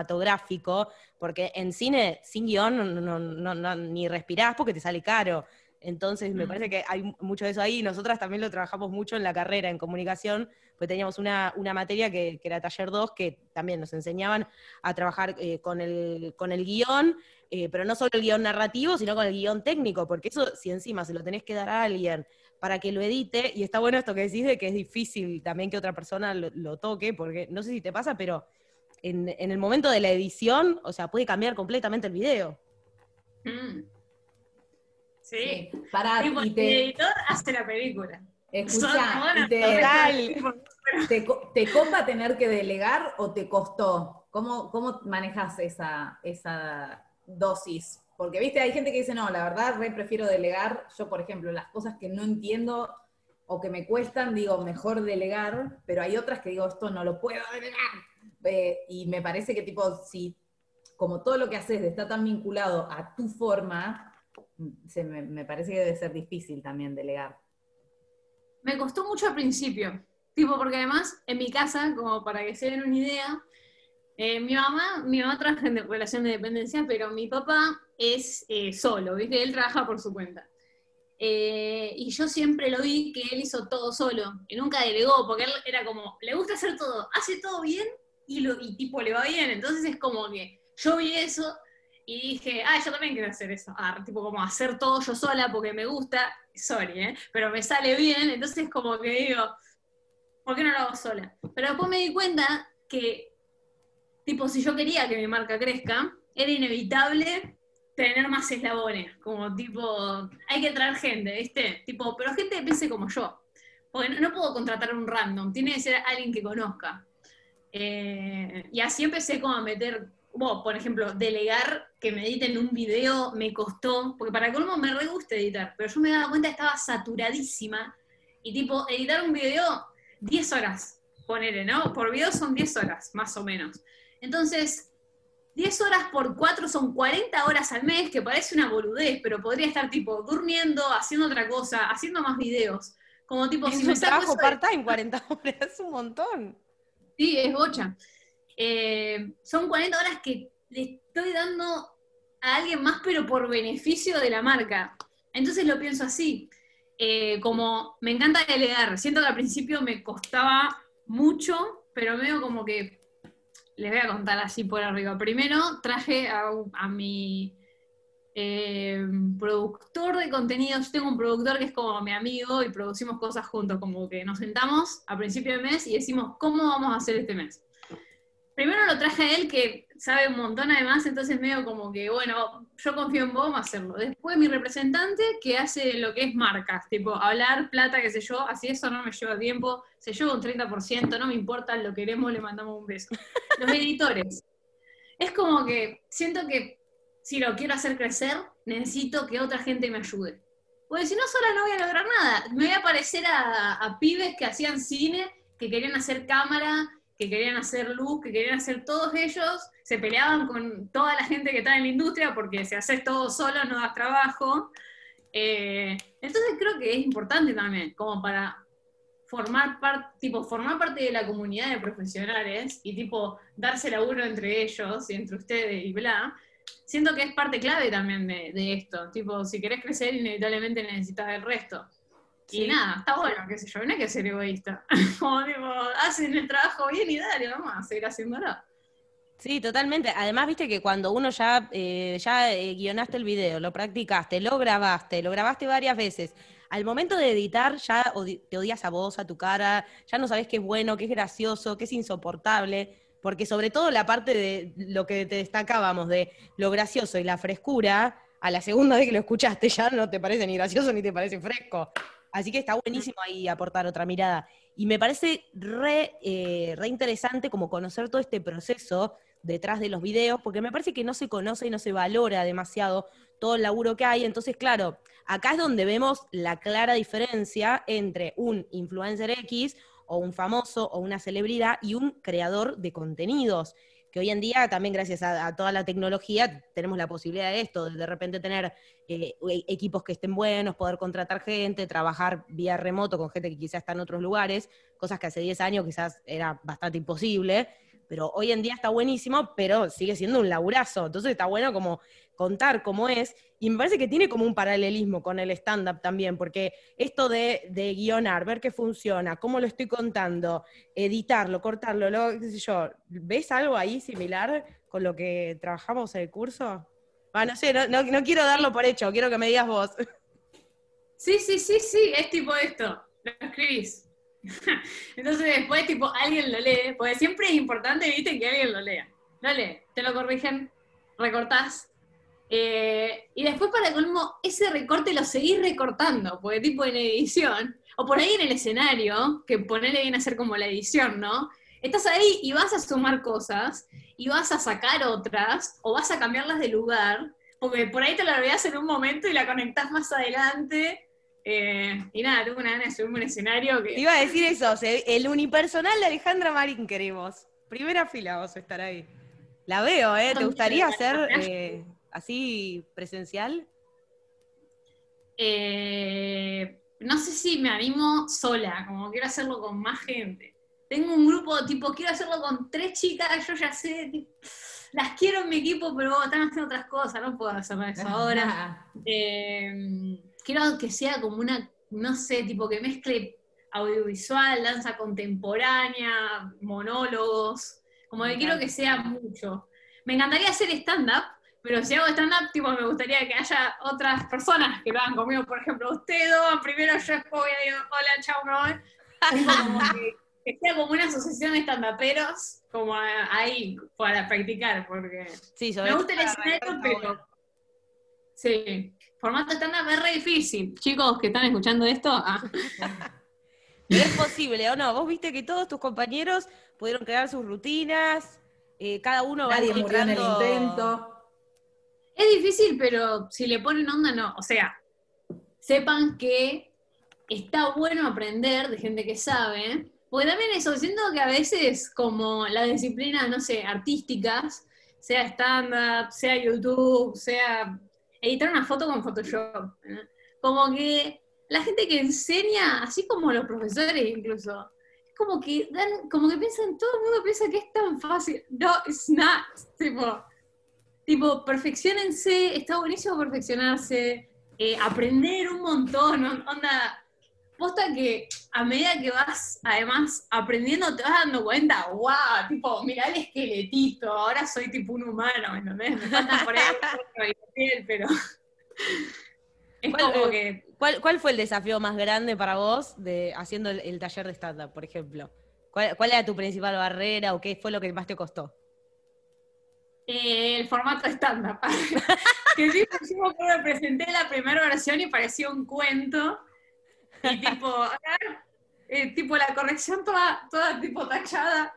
cinematográfico, porque en cine, sin guión, no, ni respirás porque te sale caro. Entonces me parece que hay mucho de eso ahí. Nosotras también lo trabajamos mucho en la carrera, en comunicación, pues teníamos una materia que era taller 2, que también nos enseñaban a trabajar con el guión, pero no solo el guión narrativo, sino con el guión técnico, porque eso si encima se lo tenés que dar a alguien para que lo edite, y está bueno esto que decís de que es difícil también que otra persona lo toque, porque no sé si te pasa, pero en el momento de la edición, o sea, puede cambiar completamente el video. Sí. Para, el editor hace la película. Escuchá, ¿te copa tener que delegar o te costó? ¿Cómo manejas esa dosis? Porque, viste, hay gente que dice, no, la verdad, prefiero delegar. Yo, por ejemplo, las cosas que no entiendo o que me cuestan, digo, mejor delegar, pero hay otras que digo, esto no lo puedo delegar. Y me parece que, tipo, si como todo lo que haces está tan vinculado a tu forma, me parece que debe ser difícil también delegar. Me costó mucho al principio, porque además, en mi casa, como para que se den una idea, mi mamá trabaja en relación de dependencia, pero mi papá es solo, ¿viste? Él trabaja por su cuenta. Y yo siempre lo vi que él hizo todo solo, y nunca delegó, porque él era como, le gusta hacer todo, hace todo bien, y tipo le va bien, entonces es como que yo vi eso, y dije, yo también quiero hacer eso, tipo como hacer todo yo sola, porque me gusta, sorry, pero me sale bien, entonces como que digo, ¿por qué no lo hago sola? Pero después me di cuenta que, tipo, si yo quería que mi marca crezca, era inevitable tener más eslabones, como tipo, hay que traer gente, ¿viste? Tipo, pero gente que piense como yo, porque no puedo contratar a un random, tiene que ser alguien que conozca. Y así empecé como a meter, por ejemplo, delegar que me editen un video me costó, porque para colmo me re gusta editar, pero yo me daba cuenta que estaba saturadísima, y tipo, editar un video 10 horas, ponele, ¿no? Por video son 10 horas, más o menos. Entonces, 10 horas por 4 son 40 horas al mes, que parece una boludez, pero podría estar tipo durmiendo, haciendo otra cosa, haciendo más videos. Como tipo, es un trabajo part-time, 40 horas, es un montón. Sí, es bocha. Son 40 horas que le estoy dando a alguien más, pero por beneficio de la marca. Entonces lo pienso así. Como me encanta delegar, siento que al principio me costaba mucho, pero veo como que, les voy a contar así por arriba. Primero traje a mi productor de contenidos. Yo tengo un productor que es como mi amigo y producimos cosas juntos, como que nos sentamos a principio de mes y decimos, ¿cómo vamos a hacer este mes? Primero lo traje a él, que sabe un montón además, entonces medio como que, bueno, yo confío en vos, vamos a hacerlo. Después mi representante, que hace lo que es marcas, tipo hablar, plata, qué sé yo, así eso no me lleva tiempo, se lleva un 30%, no me importa, lo queremos, le mandamos un beso. Los editores. Es como que siento que si lo quiero hacer crecer, necesito que otra gente me ayude. Porque si no, sola no voy a lograr nada. Me voy a parecer a pibes que hacían cine, que querían hacer cámara, que querían hacer luz, que querían hacer todos ellos, se peleaban con toda la gente que está en la industria porque si haces todo solo no das trabajo. Entonces creo que es importante también, como para formar parte de la comunidad de profesionales y tipo darse laburo entre ellos y entre ustedes y bla. Siento que es parte clave también de esto. Tipo, si querés crecer, inevitablemente necesitas el resto. Sí. Y nada, está bueno, qué sé yo, no hay que ser egoísta. Como tipo, hacen el trabajo bien y dale, vamos a seguir haciéndolo. Sí, totalmente. Además, viste que cuando uno ya guionaste el video, lo practicaste, lo grabaste varias veces, al momento de editar ya te odias a vos, a tu cara, ya no sabés qué es bueno, qué es gracioso, qué es insoportable, porque sobre todo la parte de lo que te destacábamos de lo gracioso y la frescura, a la segunda vez que lo escuchaste ya no te parece ni gracioso ni te parece fresco. Así que está buenísimo ahí aportar otra mirada. Y me parece re interesante como conocer todo este proceso detrás de los videos, porque me parece que no se conoce y no se valora demasiado todo el laburo que hay. Entonces, claro, acá es donde vemos la clara diferencia entre un influencer X o un famoso o una celebridad y un creador de contenidos, que hoy en día también gracias a toda la tecnología tenemos la posibilidad de esto, de repente tener equipos que estén buenos, poder contratar gente, trabajar vía remoto con gente que quizás está en otros lugares, cosas que hace 10 años quizás era bastante imposible, pero hoy en día está buenísimo, pero sigue siendo un laburazo. Entonces está bueno como contar cómo es, y me parece que tiene como un paralelismo con el stand-up también, porque esto de guionar, ver qué funciona, cómo lo estoy contando, editarlo, cortarlo, qué sé yo, ¿ves algo ahí similar con lo que trabajamos en el curso? No sé, no quiero darlo por hecho, quiero que me digas vos. Sí, es tipo esto, lo escribís. Entonces después tipo alguien lo lee, porque siempre es importante, viste, que alguien lo lea. Lo lee, te lo corrigen, recortás, y después para colmo, ese recorte lo seguís recortando, porque tipo en edición, o por ahí en el escenario, que ponele bien a hacer como la edición, ¿no? Estás ahí y vas a sumar cosas, y vas a sacar otras, o vas a cambiarlas de lugar, porque por ahí te la olvidás en un momento y la conectás más adelante. Y nada, tengo una gana de subirme un escenario que... Te iba a decir eso, el unipersonal de Alejandra Marín queremos. Primera fila vos a estar ahí. La veo, ¿eh? ¿Te gustaría hacer así presencial? No sé si me animo sola, como quiero hacerlo con más gente. Tengo un grupo, tipo, quiero hacerlo con 3 chicas, yo ya sé, tipo, las quiero en mi equipo, pero están haciendo otras cosas, no puedo hacer eso ahora. Quiero que sea como una, no sé, tipo que mezcle audiovisual, danza contemporánea, monólogos, como que quiero que sea mucho. Me encantaría hacer stand-up, pero si hago stand-up, tipo, me gustaría que haya otras personas que lo hagan conmigo. Por ejemplo, ustedes dos, primero yo después voy a decir, hola, chao, me voy. Tipo, como que sea como una asociación de stand-uperos, como ahí, para practicar, porque sí, me gusta el escenario, pero... Sí, formato stand-up es re difícil. Chicos que están escuchando esto, Pero es posible, ¿o no? Vos viste que todos tus compañeros pudieron crear sus rutinas, cada uno va Nadie murió en el encontrando... intento. es difícil, pero si le ponen onda, no. O sea, sepan que está bueno aprender de gente que sabe, porque también eso, siento que a veces como las disciplinas, no sé, artísticas, sea stand-up, sea YouTube, sea editar una foto con Photoshop, ¿eh? Como que la gente que enseña, así como los profesores incluso, es como que como que piensan, todo el mundo piensa que es tan fácil. No, it's not. Tipo, perfeccionense, está buenísimo perfeccionarse, aprender un montón, onda, posta que a medida que vas, además, aprendiendo, te vas dando cuenta, wow, tipo, mirá el esqueletito, ahora soy tipo un humano, ¿me entendés? Me faltan por ahí un piel, pero es como que... ¿Cuál fue el desafío más grande para vos de haciendo el taller de stand-up, por ejemplo? ¿Cuál era tu principal barrera o qué fue lo que más te costó? El formato estándar. Que tipo, yo me presenté la primera versión y parecía un cuento. Y tipo, tipo la corrección toda tipo tachada.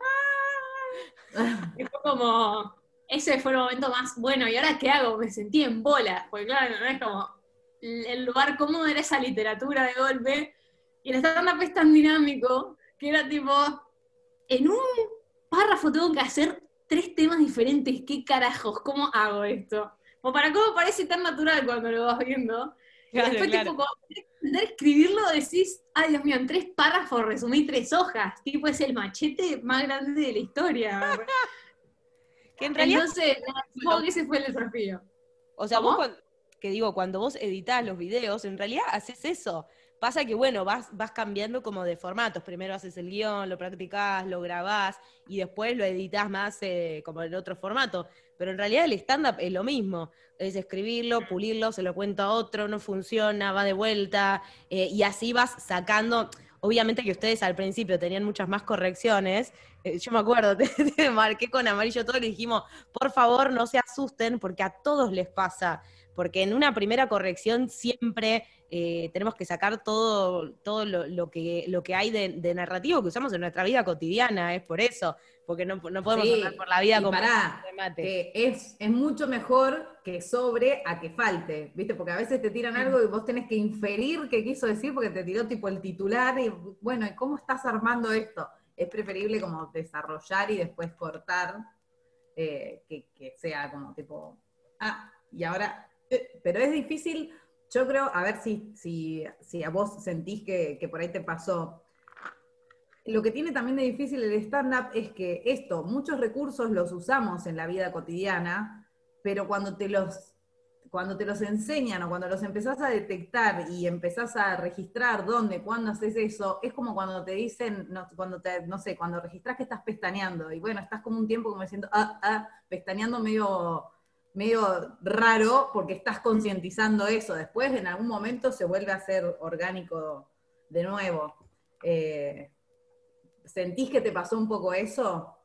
Y fue como, ese fue el momento más bueno. ¿Y ahora qué hago? Me sentí en bola. Porque claro, no es como el lugar cómodo era esa literatura de golpe. Y el stand-up es tan dinámico que era tipo, en un párrafo tengo que hacer 3 temas diferentes. ¿Qué carajos? ¿Cómo hago esto? O para cómo parece tan natural cuando lo vas viendo. Claro, y después, claro. tipo, cuando tenés que intentar escribirlo, decís, ay, Dios mío, en 3 párrafos resumí 3 hojas. Tipo, es el machete más grande de la historia. Que en realidad... Entonces, supongo que ese fue el desafío. O sea, ¿Cómo? cuando vos editás los videos, en realidad haces eso. Pasa que, bueno, vas cambiando como de formatos. Primero haces el guión, lo practicás, lo grabás, y después lo editás más como en otro formato. Pero en realidad el stand-up es lo mismo. Es escribirlo, pulirlo, se lo cuento a otro, no funciona, va de vuelta, y así vas sacando... Obviamente que ustedes al principio tenían muchas más correcciones. Yo me acuerdo, te marqué con amarillo todo y le dijimos, por favor, no se asusten, porque a todos les pasa. Porque en una primera corrección siempre tenemos que sacar todo lo que hay de narrativo que usamos en nuestra vida cotidiana, es por eso, porque no podemos andar por la vida con mate. Que es mucho mejor que sobre a que falte, ¿viste? Porque a veces te tiran algo y vos tenés que inferir qué quiso decir porque te tiró tipo el titular y bueno, ¿y cómo estás armando esto? Es preferible como desarrollar y después cortar, que sea como tipo, y ahora, pero es difícil, yo creo, a ver si a vos sentís que por ahí te pasó. lo que tiene también de difícil el stand-up es que muchos recursos los usamos en la vida cotidiana, pero cuando te los enseñan o cuando los empezás a detectar y empezás a registrar dónde, cuándo haces eso, es como cuando te dicen, cuando registrás que estás pestañeando, y bueno, estás como un tiempo como diciendo, pestañeando medio raro, porque estás concientizando eso. Después, en algún momento, se vuelve a ser orgánico de nuevo. ¿Sentís que te pasó un poco eso?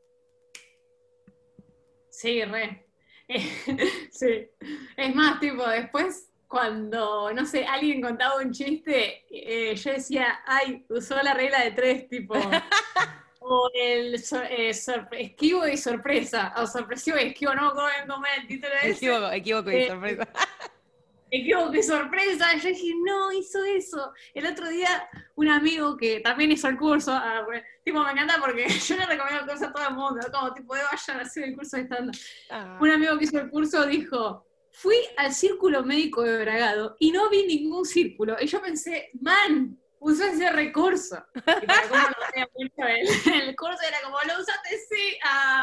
Sí, re. Sí. Es más, tipo, después, cuando, no sé, alguien contaba un chiste, yo decía, ay, usó la regla de 3, tipo, o el esquivo y sorpresa, o sorpresivo y esquivo, no me acuerdo bien cómo era el título de ese. Equivoco y sorpresa. Equivoco y sorpresa, yo dije, no, hizo eso. El otro día, un amigo que también hizo el curso, tipo, me encanta porque yo le recomiendo cosas a todo el mundo, como, tipo, vayan a hacer el curso de stand-up. Un amigo que hizo el curso dijo, fui al círculo médico de Bragado y no vi ningún círculo. Y yo pensé, man, usó ese recurso. Y para cómo lo había puesto el curso era como, lo usaste, sí.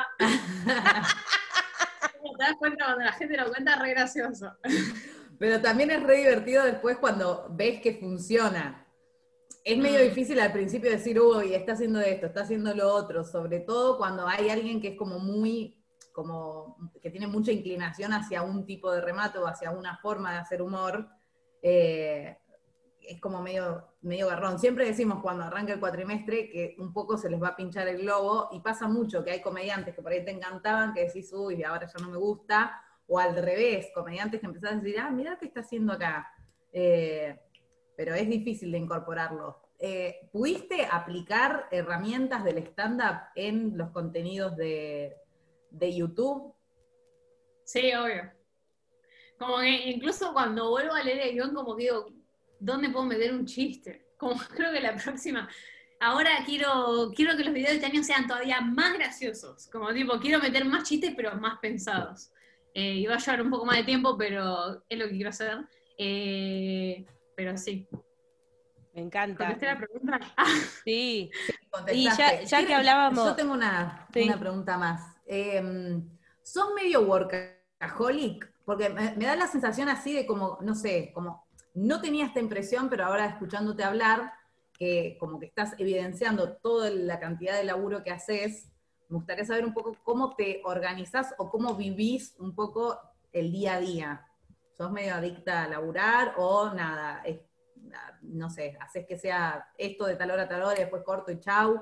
Te das cuenta cuando la gente lo cuenta, re gracioso. Pero también es re divertido después cuando ves que funciona. Es medio difícil al principio decir, uy, está haciendo esto, está haciendo lo otro, sobre todo cuando hay alguien que es que tiene mucha inclinación hacia un tipo de remate o hacia una forma de hacer humor, es como medio garrón. Siempre decimos cuando arranca el cuatrimestre que un poco se les va a pinchar el globo, y pasa mucho que hay comediantes que por ahí te encantaban, que decís, uy, ahora ya no me gusta, o al revés, comediantes que empezás a decir, mirá qué está haciendo acá. Pero es difícil de incorporarlo. ¿Pudiste aplicar herramientas del stand-up en los contenidos de YouTube? Sí, obvio. Como que incluso cuando vuelvo a leer el guión, como que digo, ¿dónde puedo meter un chiste? Como creo que la próxima... Ahora quiero que los videos de este año sean todavía más graciosos. Como tipo, quiero meter más chistes, pero más pensados. Y va a llevar un poco más de tiempo, pero es lo que quiero hacer. Pero sí. Me encanta. ¿Contesté la pregunta? Sí. Y ya que hablábamos... Yo tengo una pregunta más. ¿Sos medio workaholic? Porque me da la sensación así de como, no sé, como no tenía esta impresión, pero ahora escuchándote hablar, que como que estás evidenciando toda la cantidad de laburo que haces. Me gustaría saber un poco cómo te organizás o cómo vivís un poco el día a día. ¿Sos medio adicta a laburar o nada? No sé, haces que sea esto de tal hora a tal hora y después corto y chau.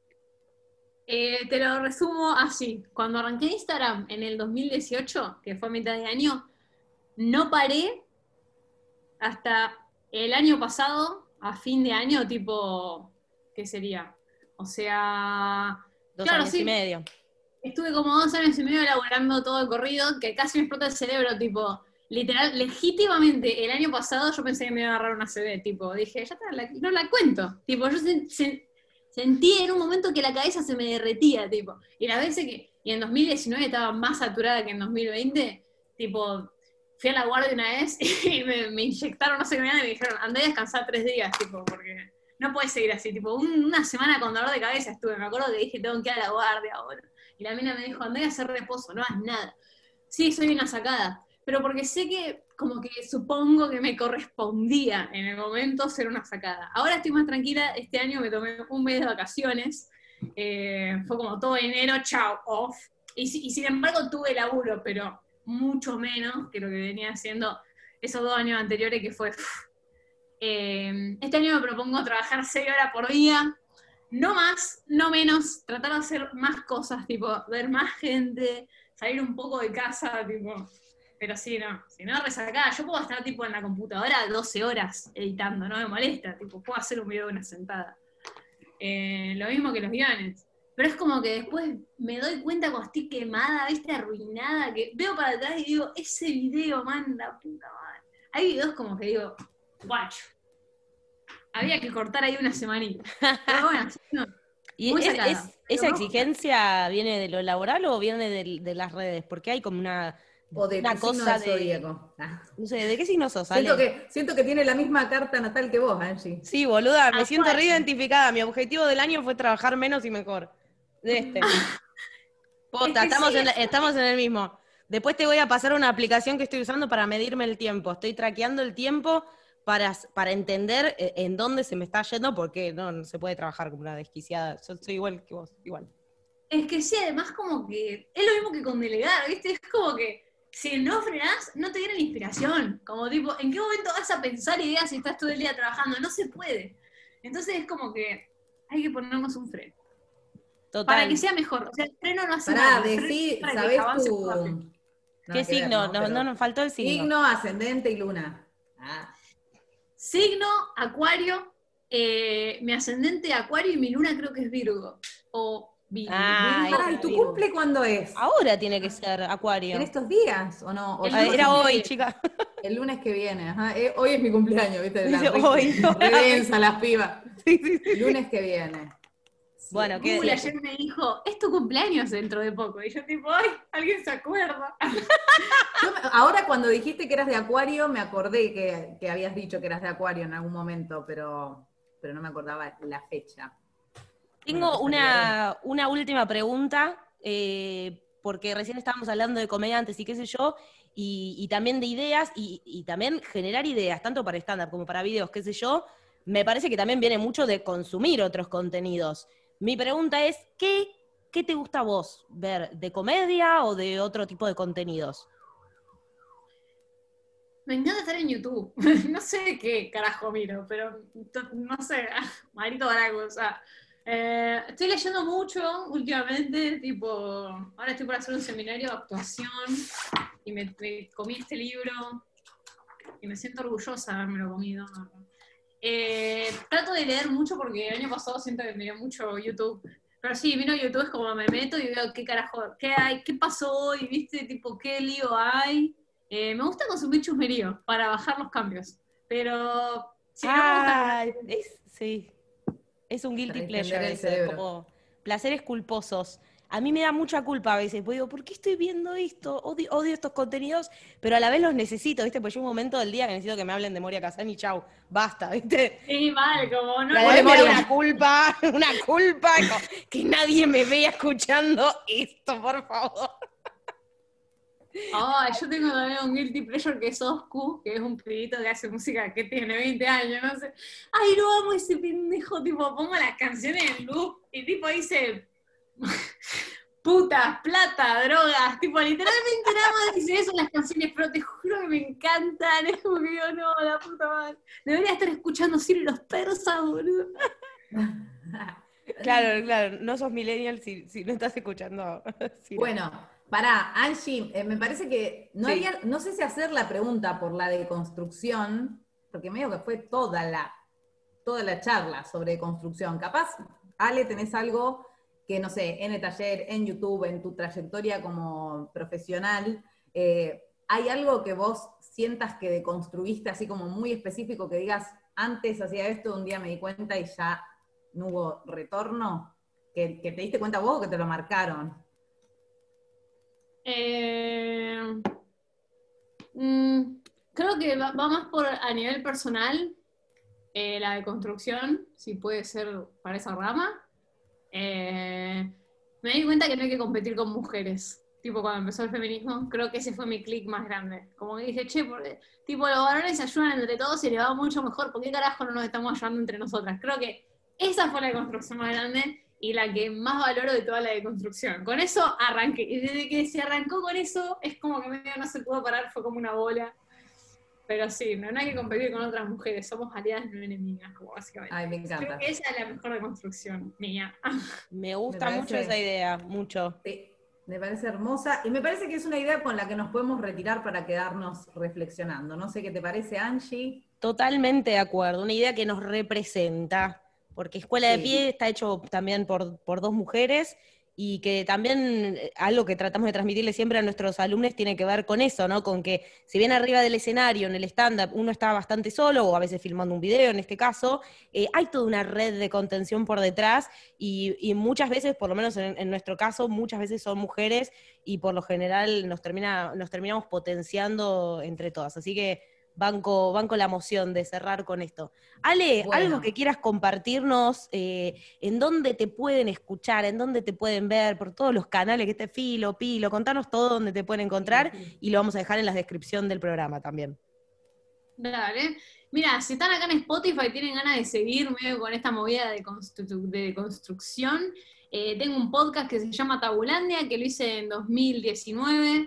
Te lo resumo así. Cuando arranqué Instagram en el 2018, que fue a mitad de año, no paré hasta el año pasado, a fin de año, tipo, ¿qué sería? O sea... 2 años y medio. Estuve como 2 años y medio elaborando todo el corrido, que casi me explota el cerebro, tipo, literal, legítimamente, el año pasado yo pensé que me iba a agarrar una CB, tipo, dije, ya está, no la cuento. Tipo, yo sentí en un momento que la cabeza se me derretía, tipo, y las veces y en 2019 estaba más saturada que en 2020, tipo, fui a la guardia una vez y me inyectaron no sé qué y me dijeron, andá a descansar 3 días, tipo, porque no puedes seguir así, tipo, una semana con dolor de cabeza estuve, me acuerdo que dije, tengo que ir a la guardia ahora. Y la mina me dijo, andá a hacer reposo, no hagas nada. Sí, soy una sacada, pero porque sé que, como que supongo que me correspondía en el momento ser una sacada. Ahora estoy más tranquila, este año me tomé un mes de vacaciones, fue como todo enero, chao, off. Y sin embargo tuve laburo, pero mucho menos que lo que venía haciendo esos 2 años anteriores, que fue... este año me propongo trabajar 6 horas por día, no más, no menos, tratar de hacer más cosas, tipo, ver más gente, salir un poco de casa, tipo, pero sí, no, si no resacada, yo puedo estar tipo en la computadora 12 horas editando, no me molesta, tipo, puedo hacer un video de una sentada. Lo mismo que los guiones. Pero es como que después me doy cuenta cuando estoy quemada, viste, arruinada, que veo para atrás y digo, ese video, man, la puta madre. Hay videos como que digo, guacho, había que cortar ahí una semanita. Pero bueno, no. ¿Y esa exigencia viene de lo laboral o viene de las redes? Porque hay como una O de una tu signo cosa del zodíaco. No sé, ¿de qué signo sos, Ale? Siento que tiene la misma carta natal que vos, Angie. Sí, boluda, me siento Acuario. reidentificada. Mi objetivo del año fue trabajar menos y mejor. De este. Posta, Es que sí, estamos en el mismo. Después te voy a pasar una aplicación que estoy usando para medirme el tiempo. Estoy traqueando el tiempo para entender en dónde se me está yendo, porque no se puede trabajar como una desquiciada. Yo soy igual que vos, igual. Es que sí, además como que es lo mismo que con delegar, ¿viste? Es como que si no frenás, no te viene la inspiración. Como tipo, ¿en qué momento vas a pensar ideas si estás todo el día trabajando? No se puede. Entonces es como que hay que ponernos un freno. Total. Para que sea mejor. O sea, el freno no hace Pará, nada. decí, ¿sabés tu...? ¿Qué signo? No, nos faltó el signo. Signo, ascendente y luna. Signo, Acuario, mi ascendente Acuario y mi luna creo que es Virgo. O Virgo. ¿Y tu cumple cuándo es? Ahora tiene que ser Acuario. ¿En estos días o no? Era hoy, chica. El lunes que viene, ajá. Hoy es mi cumpleaños, ¿viste? Hoy. Redensa las pibas. Sí. Lunes que viene. Sí. Bueno, Google ayer me dijo, es tu cumpleaños dentro de poco. Y yo tipo, ¡ay! ¿Alguien se acuerda? Ahora cuando dijiste que eras de Acuario, me acordé que habías dicho que eras de Acuario en algún momento, pero no me acordaba la fecha. Tengo una última pregunta, porque recién estábamos hablando de comediantes y qué sé yo, y también de ideas, y también generar ideas, tanto para stand-up como para videos, qué sé yo, me parece que también viene mucho de consumir otros contenidos. Mi pregunta es, ¿qué te gusta a vos ver? ¿De comedia o de otro tipo de contenidos? Me encanta estar en YouTube. No sé qué carajo miro, pero no sé, Marito Baraco, o sea, estoy leyendo mucho últimamente, tipo, ahora estoy por hacer un seminario de actuación y me comí este libro y me siento orgullosa de haberme lo comido. Trato de leer mucho porque el año pasado siento que miré mucho YouTube. Pero sí, miro YouTube, es como me meto y veo qué carajo, qué hay, qué pasó hoy, viste, tipo, qué lío hay. Me gusta consumir chusmerío para bajar los cambios. Pero si no me gusta... Sí. Es un guilty Para pleasure eso, como placeres culposos. A mí me da mucha culpa a veces, porque digo, ¿por qué estoy viendo esto? Odio estos contenidos, pero a la vez los necesito, ¿viste? Porque yo un momento del día que necesito que me hablen de Moria Kazan y chau, basta, ¿viste? Sí, mal, como no. Y a la vez me da una culpa, como, que nadie me vea escuchando esto, por favor. Yo tengo también un guilty pleasure que es Oscu, que es un pibito que hace música que tiene 20 años, no sé. Ay, no amo ese pendejo, tipo, pongo las canciones en loop y tipo dice putas, plata, drogas, tipo, literalmente nada más dice eso en las canciones, pero te juro que me encantan, es como que digo, no, la puta madre. Debería estar escuchando Ciro y los persas, boludo. Claro, no sos millennial si no estás escuchando. Bueno, pará, Angie, me parece que no sé si hacer la pregunta por la deconstrucción, porque medio que fue toda la charla sobre construcción. Capaz, Ale, tenés algo que, no sé, en el taller, en YouTube, en tu trayectoria como profesional, ¿hay algo que vos sientas que deconstruiste así como muy específico, que digas, antes hacía esto, un día me di cuenta y ya no hubo retorno? ¿Que te diste cuenta vos o que te lo marcaron? Creo que va más por a nivel personal, la deconstrucción, si puede ser para esa rama. Me di cuenta que no hay que competir con mujeres. Tipo, cuando empezó el feminismo, creo que ese fue mi click más grande. Como que dije, tipo, los varones se ayudan entre todos y les va mucho mejor. ¿Por qué carajo no nos estamos ayudando entre nosotras? Creo que esa fue la deconstrucción más grande y la que más valoro de toda la deconstrucción. Con eso arranqué. Y desde que se arrancó con eso, es como que medio no se pudo parar, fue como una bola. Pero sí, no hay que competir con otras mujeres, somos aliadas, no enemigas, como básicamente. Ay, me encanta. Creo que esa es la mejor deconstrucción mía. Me gusta mucho esa idea, mucho. Sí, me parece hermosa, y me parece que es una idea con la que nos podemos retirar para quedarnos reflexionando. No sé qué te parece, Angie. Totalmente de acuerdo, una idea que nos representa, porque Escuela de Pie está hecho también por dos mujeres, y que también algo que tratamos de transmitirle siempre a nuestros alumnos tiene que ver con eso, ¿no? Con que si bien arriba del escenario, en el stand-up, uno está bastante solo, o a veces filmando un video en este caso, hay toda una red de contención por detrás, y muchas veces, por lo menos en nuestro caso, muchas veces son mujeres, y por lo general nos terminamos potenciando entre todas. Así que banco la emoción de cerrar con esto. Ale, Bueno. algo que quieras compartirnos, en dónde te pueden escuchar, en dónde te pueden ver, por todos los canales que esté Pilo, contanos todo dónde te pueden encontrar, y lo vamos a dejar en la descripción del programa también. Dale. Mira, si están acá en Spotify y tienen ganas de seguirme con esta movida de construcción, tengo un podcast que se llama Tabulandia, que lo hice en 2019,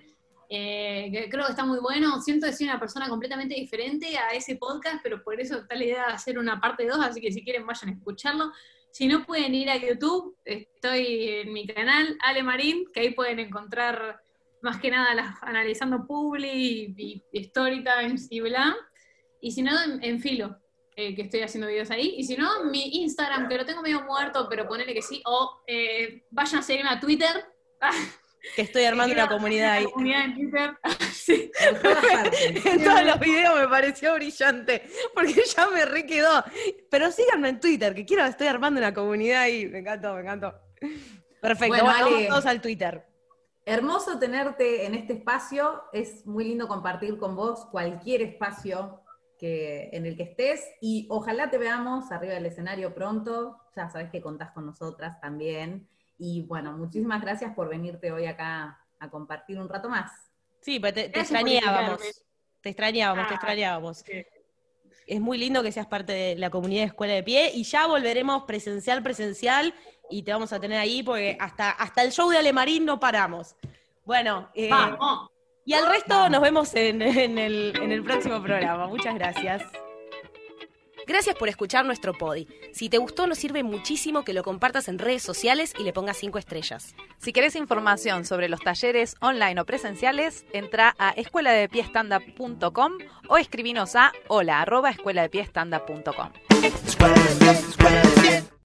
que creo que está muy bueno. Siento que soy una persona completamente diferente a ese podcast, pero por eso está la idea de hacer una parte 2, así que si quieren vayan a escucharlo. Si no, pueden ir a YouTube, estoy en mi canal, Ale Marín, que ahí pueden encontrar más que nada analizando Publi y Storytimes y bla. Y si no, en Filo, que estoy haciendo videos ahí. Y si no, mi Instagram, que lo tengo medio muerto, pero ponele que sí. O vayan a seguirme a Twitter. Que estoy armando una comunidad ahí. Comunidad en Twitter. Sí. En todos los videos me pareció brillante, porque ya me re quedó. Pero síganme en Twitter, que estoy armando una comunidad ahí. Me encantó. Perfecto, bueno, vamos todos al Twitter. Hermoso tenerte en este espacio. Es muy lindo compartir con vos cualquier espacio en el que estés, y ojalá te veamos arriba del escenario pronto. Ya sabés que contás con nosotras también. Y bueno, muchísimas gracias por venirte hoy acá a compartir un rato más. Sí, pero te extrañábamos. Te extrañábamos. Sí. Es muy lindo que seas parte de la comunidad de Escuela de Pie, y ya volveremos presencial, y te vamos a tener ahí, porque hasta el show de Ale Marín no paramos. Bueno, ¡vamos! Y al resto nos vemos en el próximo programa. Muchas gracias. Gracias por escuchar nuestro Podi. Si te gustó, nos sirve muchísimo que lo compartas en redes sociales y le pongas 5 estrellas. Si querés información sobre los talleres online o presenciales, entra a escueladepiestanda.com o escribinos a hola@escueladepiestanda.com.